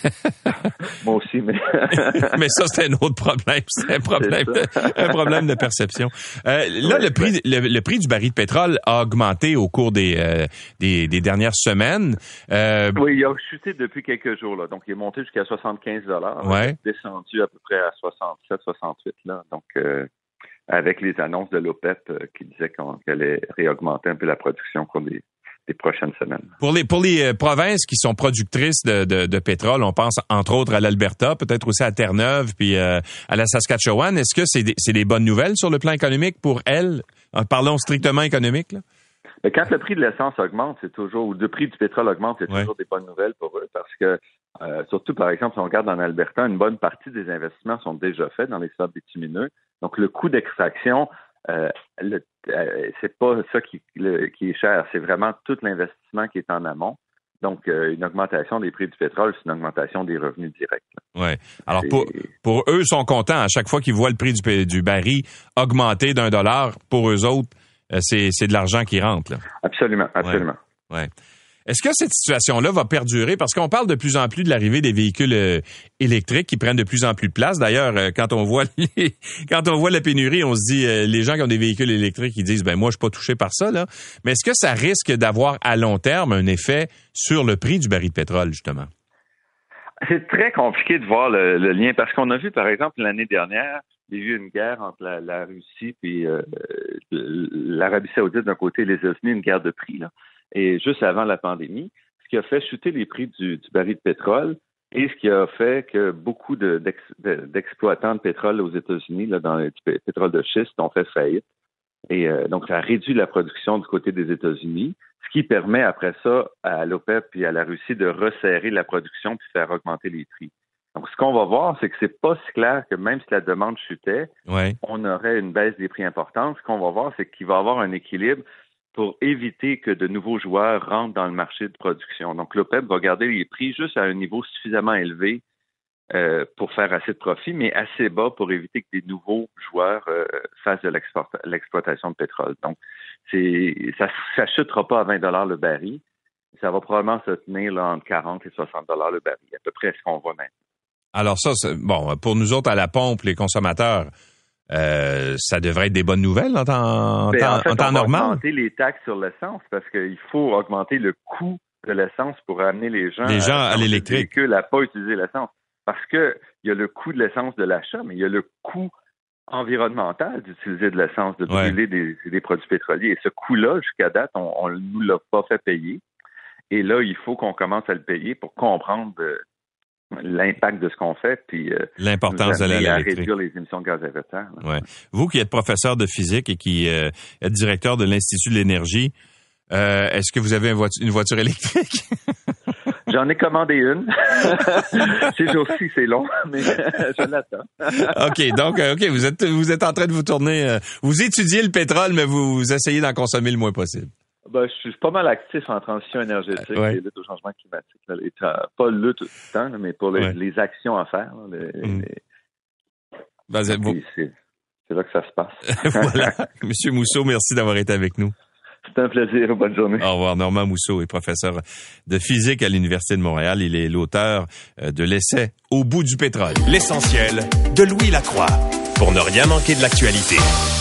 Speaker 4: Moi aussi, mais.
Speaker 3: mais ça, c'est un autre problème. C'est un problème, un problème de perception. Euh, là, ouais, le prix, ouais. le, le prix du baril de pétrole a augmenté au cours des euh, des, des dernières semaines.
Speaker 4: Euh, oui, il a chuté depuis quelques jours là, donc il est monté jusqu'à soixante-quinze dollars.
Speaker 3: Ouais.
Speaker 4: Il est descendu à peu près à soixante-sept, soixante-huit là, donc euh, avec les annonces de l'OPEP euh, qui disaient qu'on, qu'elle allait réaugmenter un peu la production pour les des prochaines semaines.
Speaker 3: Pour les pour les provinces qui sont productrices de, de, de pétrole, on pense entre autres à l'Alberta, peut-être aussi à Terre-Neuve, puis euh, à la Saskatchewan. Est-ce que c'est des, c'est des bonnes nouvelles sur le plan économique pour elles? Parlons strictement économique, là.
Speaker 4: Mais quand le prix de l'essence augmente, c'est toujours, ou le prix du pétrole augmente, c'est toujours ouais. des bonnes nouvelles pour eux, parce que Euh, surtout, par exemple, si on regarde en Alberta, une bonne partie des investissements sont déjà faits dans les sables bitumineux. Donc, le coût d'extraction, euh, le, euh, c'est pas ça qui, le, qui est cher, c'est vraiment tout l'investissement qui est en amont. Donc, euh, une augmentation des prix du pétrole, c'est une augmentation des revenus directs.
Speaker 3: Oui. Alors, pour, pour eux, ils sont contents. À chaque fois qu'ils voient le prix du, du baril augmenter d'un dollar, pour eux autres, euh, c'est, c'est de l'argent qui rentre. Là.
Speaker 4: Absolument, absolument.
Speaker 3: Ouais. Ouais. Est-ce que cette situation-là va perdurer? Parce qu'on parle de plus en plus de l'arrivée des véhicules euh, électriques qui prennent de plus en plus de place. D'ailleurs, euh, quand on voit les, quand on voit la pénurie, on se dit, euh, les gens qui ont des véhicules électriques, ils disent, ben moi, je suis pas touché par ça, là. Mais est-ce que ça risque d'avoir à long terme un effet sur le prix du baril de pétrole, justement?
Speaker 4: C'est très compliqué de voir le, le lien parce qu'on a vu, par exemple, l'année dernière, il y a eu une guerre entre la, la Russie et euh, l'Arabie Saoudite d'un côté et les États-Unis, une guerre de prix, là. Et juste avant la pandémie, ce qui a fait chuter les prix du, du baril de pétrole et ce qui a fait que beaucoup de, d'ex, de, d'exploitants de pétrole aux États-Unis, là, dans le pétrole de schiste, ont fait faillite. Et euh, donc, ça a réduit la production du côté des États-Unis, ce qui permet après ça à l'OPEP et à la Russie de resserrer la production puis faire augmenter les prix. Donc, ce qu'on va voir, c'est que c'est pas si clair que même si la demande chutait,
Speaker 3: ouais.
Speaker 4: on aurait une baisse des prix importante. Ce qu'on va voir, c'est qu'il va y avoir un équilibre pour éviter que de nouveaux joueurs rentrent dans le marché de production. Donc, l'OPEP va garder les prix juste à un niveau suffisamment élevé euh, pour faire assez de profit, mais assez bas pour éviter que des nouveaux joueurs euh, fassent de l'export- l'exploitation de pétrole. Donc, c'est ça ne chutera pas à vingt dollars le baril. Ça va probablement se tenir là, entre quarante et soixante dollars le baril, à peu près ce qu'on voit maintenant.
Speaker 3: Alors ça, c'est, bon, pour nous autres à la pompe, les consommateurs, Euh, ça devrait être des bonnes nouvelles en temps,
Speaker 4: ben,
Speaker 3: en
Speaker 4: en fait,
Speaker 3: en temps
Speaker 4: on
Speaker 3: normal.
Speaker 4: va augmenter les taxes sur l'essence parce qu'il faut augmenter le coût de l'essence pour amener les gens,
Speaker 3: les gens à,
Speaker 4: à,
Speaker 3: à l'électrique.
Speaker 4: à ne pas utiliser l'essence. Parce que il y a le coût de l'essence de l'achat, mais il y a le coût environnemental d'utiliser de l'essence, de brûler ouais. des, des produits pétroliers. Et ce coût-là, jusqu'à date, on ne nous l'a pas fait payer. Et là, il faut qu'on commence à le payer pour comprendre euh, l'impact de ce qu'on fait, puis euh,
Speaker 3: l'importance de la
Speaker 4: à réduire les émissions de gaz à effet de serre.
Speaker 3: Ouais. Vous qui êtes professeur de physique et qui euh, êtes directeur de l'Institut de l'énergie, euh, est-ce que vous avez une voiture, une voiture électrique?
Speaker 4: J'en ai commandé une. Ces jours-ci, c'est long, mais je l'attends.
Speaker 3: OK, donc, OK, vous êtes vous êtes en train de vous tourner... Euh, vous étudiez le pétrole, mais vous, vous essayez d'en consommer le moins possible.
Speaker 4: Ben, je suis pas mal actif en transition énergétique
Speaker 3: ouais.
Speaker 4: et lutte au changement climatique. Là, les, pas lutte tout le temps, là, mais pour les, ouais. les actions à faire. Là, les, mm. les...
Speaker 3: Ben, c'est, vous...
Speaker 4: c'est, c'est là que ça se passe.
Speaker 3: Voilà. Monsieur Mousseau, merci d'avoir été avec nous.
Speaker 4: C'est un plaisir. Bonne journée.
Speaker 3: Au revoir. Normand Mousseau est professeur de physique à l'Université de Montréal. Il est l'auteur de l'essai « Au bout du pétrole ».
Speaker 2: L'essentiel de Louis Lacroix. Pour ne rien manquer de l'actualité.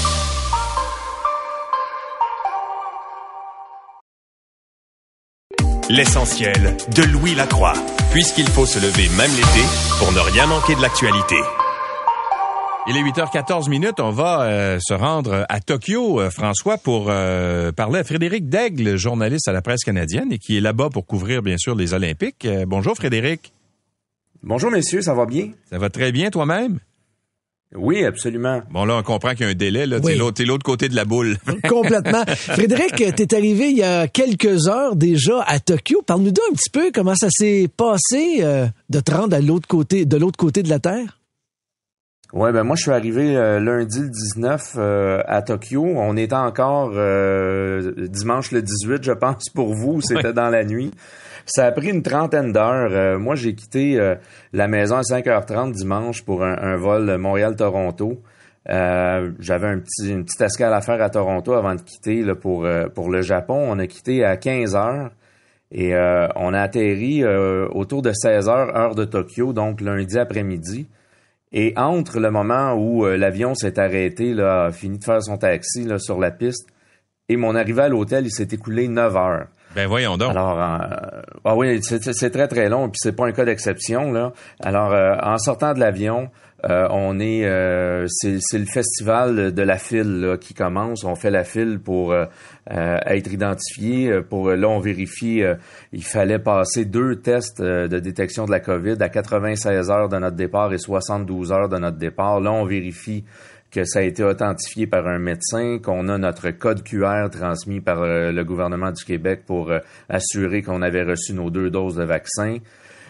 Speaker 2: L'essentiel de Louis Lacroix. Puisqu'il faut se lever même l'été pour ne rien manquer de l'actualité.
Speaker 3: Il est huit heures quatorze minutes. On va euh, se rendre à Tokyo, euh, François, pour euh, parler à Frédéric Daigle, journaliste à la presse canadienne et qui est là-bas pour couvrir, bien sûr, les Olympiques. Euh, bonjour, Frédéric.
Speaker 5: Bonjour, messieurs. Ça va bien?
Speaker 3: Ça va très bien, toi-même?
Speaker 5: Oui, absolument.
Speaker 3: Bon, là, on comprend qu'il y a un délai. Là, oui. T'es, l'autre, t'es l'autre côté de la boule.
Speaker 6: Complètement. Frédéric, t'es arrivé il y a quelques heures déjà à Tokyo. Parle-nous donc un petit peu comment ça s'est passé euh, de te rendre à l'autre côté, de l'autre côté de la Terre.
Speaker 5: Ouais, ben moi, je suis arrivé euh, lundi le dix-neuf euh, à Tokyo. On était encore euh, dimanche le dix-huit, je pense, pour vous. C'était ouais. dans la nuit. Ça a pris une trentaine d'heures. Euh, moi, j'ai quitté euh, la maison à cinq heures trente dimanche pour un, un vol Montréal-Toronto. Euh, j'avais un petit, une petite escale à faire à Toronto avant de quitter là, pour, euh, pour le Japon. On a quitté à quinze heures et euh, on a atterri euh, autour de seize heures, heure de Tokyo, donc lundi après-midi. Et entre le moment où euh, l'avion s'est arrêté, là, a fini de faire son taxi là, sur la piste, et mon arrivée à l'hôtel, il s'est écoulé neuf heures.
Speaker 3: Ben voyons donc.
Speaker 5: Alors, euh, ah oui, c'est, c'est très très long, puis c'est pas un cas d'exception là. Alors, euh, en sortant de l'avion, euh, on est, euh, c'est, c'est le festival de la file là, qui commence. On fait la file pour euh, euh, être identifié. Pour là, on vérifie. Euh, il fallait passer deux tests euh, de détection de la COVID à quatre-vingt-seize heures de notre départ et soixante-douze heures de notre départ. Là, on vérifie que ça a été authentifié par un médecin, qu'on a notre code Q R transmis par euh, le gouvernement du Québec pour euh, assurer qu'on avait reçu nos deux doses de vaccin.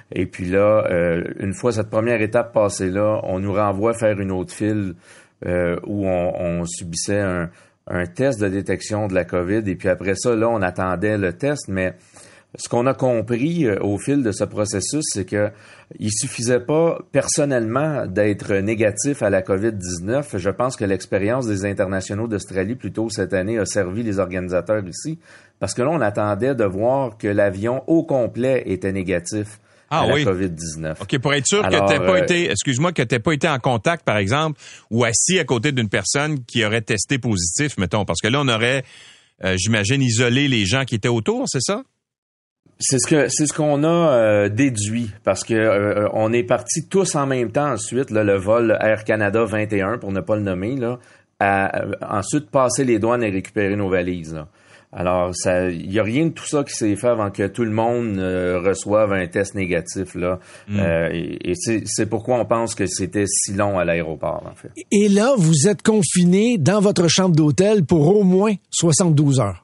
Speaker 5: Et puis là, euh, une fois cette première étape passée là, on nous renvoie faire une autre file euh, où on, on subissait un, un test de détection de la COVID. Et puis après ça, là, on attendait le test, mais ce qu'on a compris euh, au fil de ce processus, c'est que il suffisait pas personnellement d'être négatif à la COVID dix-neuf. Je pense que l'expérience des internationaux d'Australie plus tôt cette année a servi les organisateurs ici, parce que là, on attendait de voir que l'avion au complet était négatif
Speaker 3: ah,
Speaker 5: à
Speaker 3: oui.
Speaker 5: la COVID dix-neuf.
Speaker 3: OK, pour être sûr
Speaker 5: Alors,
Speaker 3: que t'aies pas
Speaker 5: euh,
Speaker 3: été, excuse-moi, que t'aies pas été en contact, par exemple, ou assis à côté d'une personne qui aurait testé positif, mettons, parce que là, on aurait, euh, j'imagine, isolé les gens qui étaient autour, c'est ça?
Speaker 5: C'est ce que c'est ce qu'on a euh, déduit parce que euh, on est partis tous en même temps ensuite là, le vol Air Canada vingt et un pour ne pas le nommer là, à, à ensuite passer les douanes et récupérer nos valises. Là. Alors ça il y a rien de tout ça qui s'est fait avant que tout le monde euh, reçoive un test négatif là. Mm. Euh, et et c'est, c'est pourquoi on pense que c'était si long à l'aéroport en fait.
Speaker 6: Et là, vous êtes confiné dans votre chambre d'hôtel pour au moins soixante-douze heures.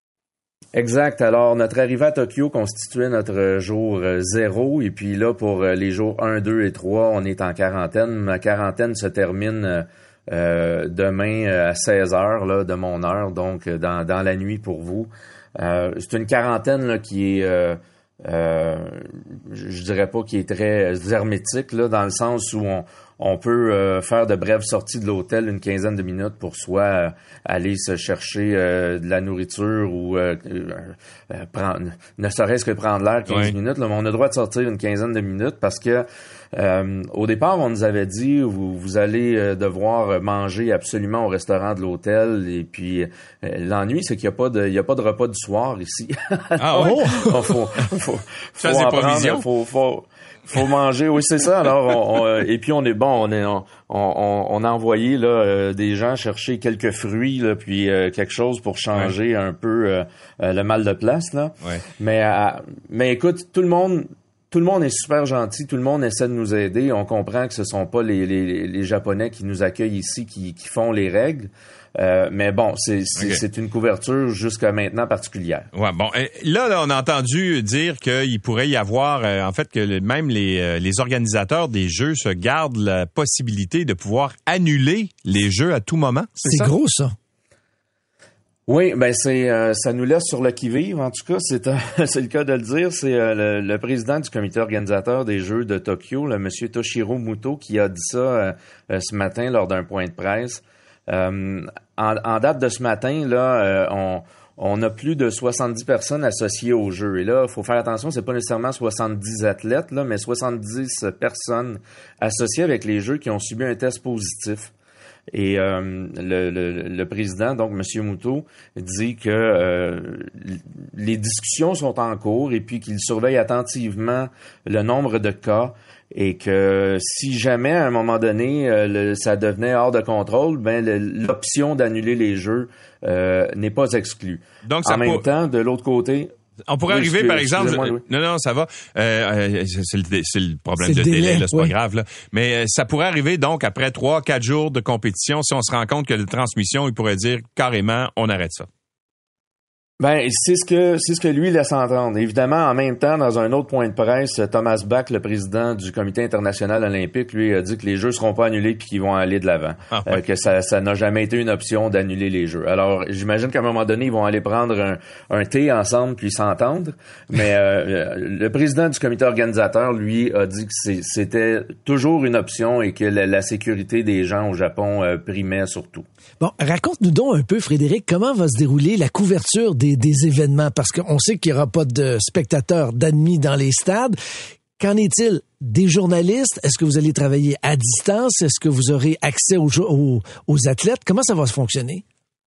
Speaker 5: Exact. Alors, notre arrivée à Tokyo constituait notre jour zéro. Et puis là, pour les jours un, deux et trois, on est en quarantaine. Ma quarantaine se termine euh, demain à seize heures là, de mon heure, donc dans, dans la nuit pour vous. Euh, c'est une quarantaine là, qui est, euh, euh, je, je dirais pas qui est très hermétique, là, dans le sens où on On peut euh, faire de brèves sorties de l'hôtel, une quinzaine de minutes pour soit euh, aller se chercher euh, de la nourriture ou euh, euh, prendre, ne serait-ce que prendre l'air quinze oui. minutes. Là, mais on a le droit de sortir une quinzaine de minutes parce que euh, au départ, on nous avait dit vous, vous allez euh, devoir manger absolument au restaurant de l'hôtel. Et puis euh, l'ennui, c'est qu'il n'y a pas de, il y a pas de repas du soir ici.
Speaker 3: Ah oui?
Speaker 5: faut, faut, faut, faut en prendre, faut, faut, faut manger, oui, c'est ça. Alors, on, on, et puis on est bon, on est, on, on, on a envoyé là euh, des gens chercher quelques fruits, là, puis euh, quelque chose pour changer ouais. un peu euh, euh, le mal de place là.
Speaker 3: Ouais.
Speaker 5: Mais, euh, mais écoute, tout le monde, tout le monde est super gentil, tout le monde essaie de nous aider. On comprend que ce sont pas les, les, les Japonais qui nous accueillent ici qui, qui font les règles. Euh, mais bon, c'est, c'est, okay. c'est une couverture jusqu'à maintenant particulière.
Speaker 3: Ouais, bon, là, là on a entendu dire qu'il pourrait y avoir, euh, en fait, que le, même les, euh, les organisateurs des jeux se gardent la possibilité de pouvoir annuler les jeux à tout moment. C'est,
Speaker 6: c'est
Speaker 3: ça?
Speaker 6: Gros, ça.
Speaker 5: Oui, ben c'est euh, ça nous laisse sur le qui-vive. En tout cas, c'est euh, c'est le cas de le dire. C'est euh, le, le président du comité organisateur des Jeux de Tokyo, le monsieur Toshiro Muto, qui a dit ça euh, euh, ce matin lors d'un point de presse. Euh, en, en date de ce matin, là, euh, on, on a plus de soixante-dix personnes associées au jeu. Et là, il faut faire attention, c'est pas nécessairement soixante-dix athlètes, là, mais soixante-dix personnes associées avec les jeux qui ont subi un test positif. Et euh, le, le, le président, donc M. Muto, dit que euh, les discussions sont en cours et puis qu'il surveille attentivement le nombre de cas. Et que si jamais, à un moment donné, euh, le, ça devenait hors de contrôle, ben le, l'option d'annuler les jeux euh, n'est pas exclue. Donc, ça en même pour... temps, de l'autre côté...
Speaker 3: On pourrait oui, arriver, par exemple... Je... Non, non, ça va. Euh, c'est, le, c'est le problème c'est de le délai, délai là, c'est oui. pas grave. Là. Mais euh, ça pourrait arriver, donc, après trois, quatre jours de compétition, si on se rend compte que la transmission, il pourrait dire carrément, on arrête ça.
Speaker 5: Ben, c'est ce que c'est ce que lui laisse entendre. Évidemment, en même temps, dans un autre point de presse, Thomas Bach, le président du Comité international olympique, lui a dit que les Jeux seront pas annulés puis qu'ils vont aller de l'avant. Ah, ouais. euh, que ça ça n'a jamais été une option d'annuler les Jeux. Alors, j'imagine qu'à un moment donné, ils vont aller prendre un, un thé ensemble puis s'entendre. Mais euh, le président du comité organisateur, lui, a dit que c'est, c'était toujours une option et que la, la sécurité des gens au Japon euh, primait surtout.
Speaker 6: Bon, raconte-nous donc un peu, Frédéric, comment va se dérouler la couverture des Des, des événements, parce qu'on sait qu'il n'y aura pas de spectateurs d'admis dans les stades. Qu'en est-il des journalistes? Est-ce que vous allez travailler à distance? Est-ce que vous aurez accès aux, aux, aux athlètes? Comment ça va se fonctionner?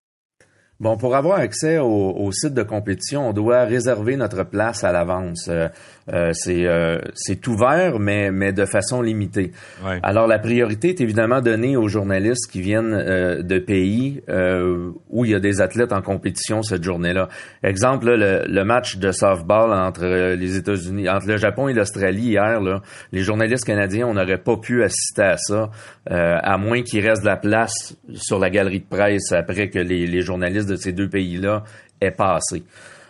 Speaker 5: Bon, pour avoir accès au, au site de compétition, on doit réserver notre place à l'avance. Euh, euh, c'est, euh, c'est ouvert, mais, mais de façon limitée. Ouais. Alors, la priorité est évidemment donnée aux journalistes qui viennent euh, de pays euh, où il y a des athlètes en compétition cette journée-là. Exemple, là, le, le match de softball entre les États-Unis, entre le Japon et l'Australie hier, là, les journalistes canadiens, on n'aurait pas pu assister à ça, euh, à moins qu'il reste de la place sur la galerie de presse après que les, les journalistes de ces deux pays-là est passé.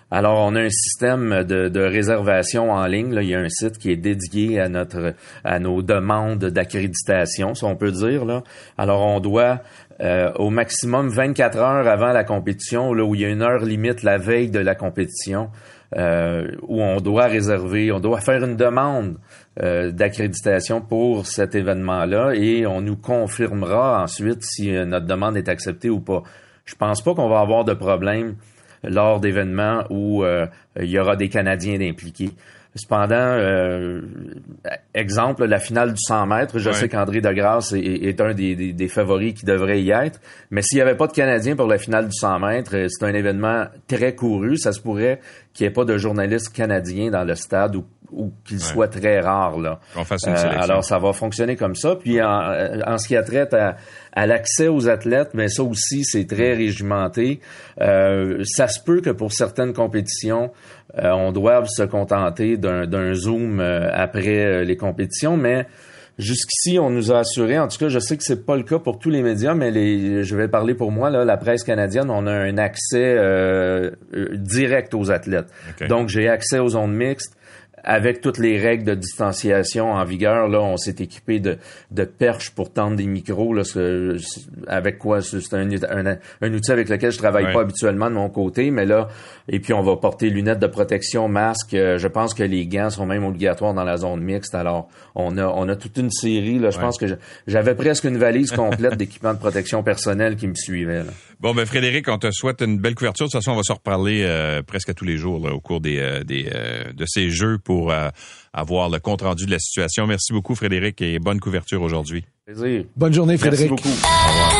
Speaker 5: Alors, on a un système de, de réservation en ligne. Là. Il y a un site qui est dédié à notre, à nos demandes d'accréditation, si on peut dire. Là. Alors, on doit euh, au maximum vingt-quatre heures avant la compétition, là où il y a une heure limite la veille de la compétition, euh, où on doit réserver, on doit faire une demande euh, d'accréditation pour cet événement-là, et on nous confirmera ensuite si euh, notre demande est acceptée ou pas. Je pense pas qu'on va avoir de problème lors d'événements où euh, il y aura des Canadiens impliqués. Cependant, euh, exemple, la finale du cent mètres, je ouais. sais qu'André Degrasse est, est un des, des, des favoris qui devrait y être, mais s'il n'y avait pas de Canadiens pour la finale du cent mètres, c'est un événement très couru, ça se pourrait qu'il n'y ait pas de journalistes canadiens dans le stade ou, ou qu'il ouais. soit très rare. Là.
Speaker 3: Qu'on fasse une sélection.
Speaker 5: Euh, alors, ça va fonctionner comme ça. Puis, en, en ce qui a trait à, à l'accès aux athlètes, mais ça aussi, c'est très régimenté. Euh, ça se peut que pour certaines compétitions, euh, on doive se contenter d'un, d'un Zoom euh, après euh, les compétitions, mais jusqu'ici, on nous a assuré, en tout cas, je sais que c'est pas le cas pour tous les médias, mais les, je vais parler pour moi, là, la presse canadienne, on a un accès euh, direct aux athlètes. Okay. Donc, j'ai accès aux ondes mixtes. Avec toutes les règles de distanciation en vigueur, là, on s'est équipé de, de perches pour tendre des micros, là, c'est, c'est, avec quoi, c'est un, un, un outil avec lequel je travaille ouais. pas habituellement de mon côté, mais là, et puis on va porter lunettes de protection, masque, euh, je pense que les gants sont même obligatoires dans la zone mixte, alors on a, on a toute une série, là, je ouais. pense que je, j'avais presque une valise complète d'équipements de protection personnelle qui me suivait, là.
Speaker 3: Bon, ben Frédéric, on te souhaite une belle couverture. De toute façon, on va se reparler euh, presque à tous les jours là, au cours des, euh, des euh, de ces jeux pour euh, avoir le compte-rendu de la situation. Merci beaucoup, Frédéric, et bonne couverture aujourd'hui.
Speaker 5: Plaisir.
Speaker 6: Bonne journée, Frédéric.
Speaker 5: Merci beaucoup.
Speaker 3: Au revoir.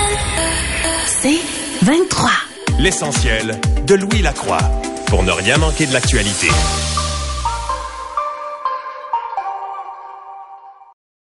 Speaker 2: C'est vingt-trois. L'essentiel de Louis Lacroix. Pour ne rien manquer de l'actualité.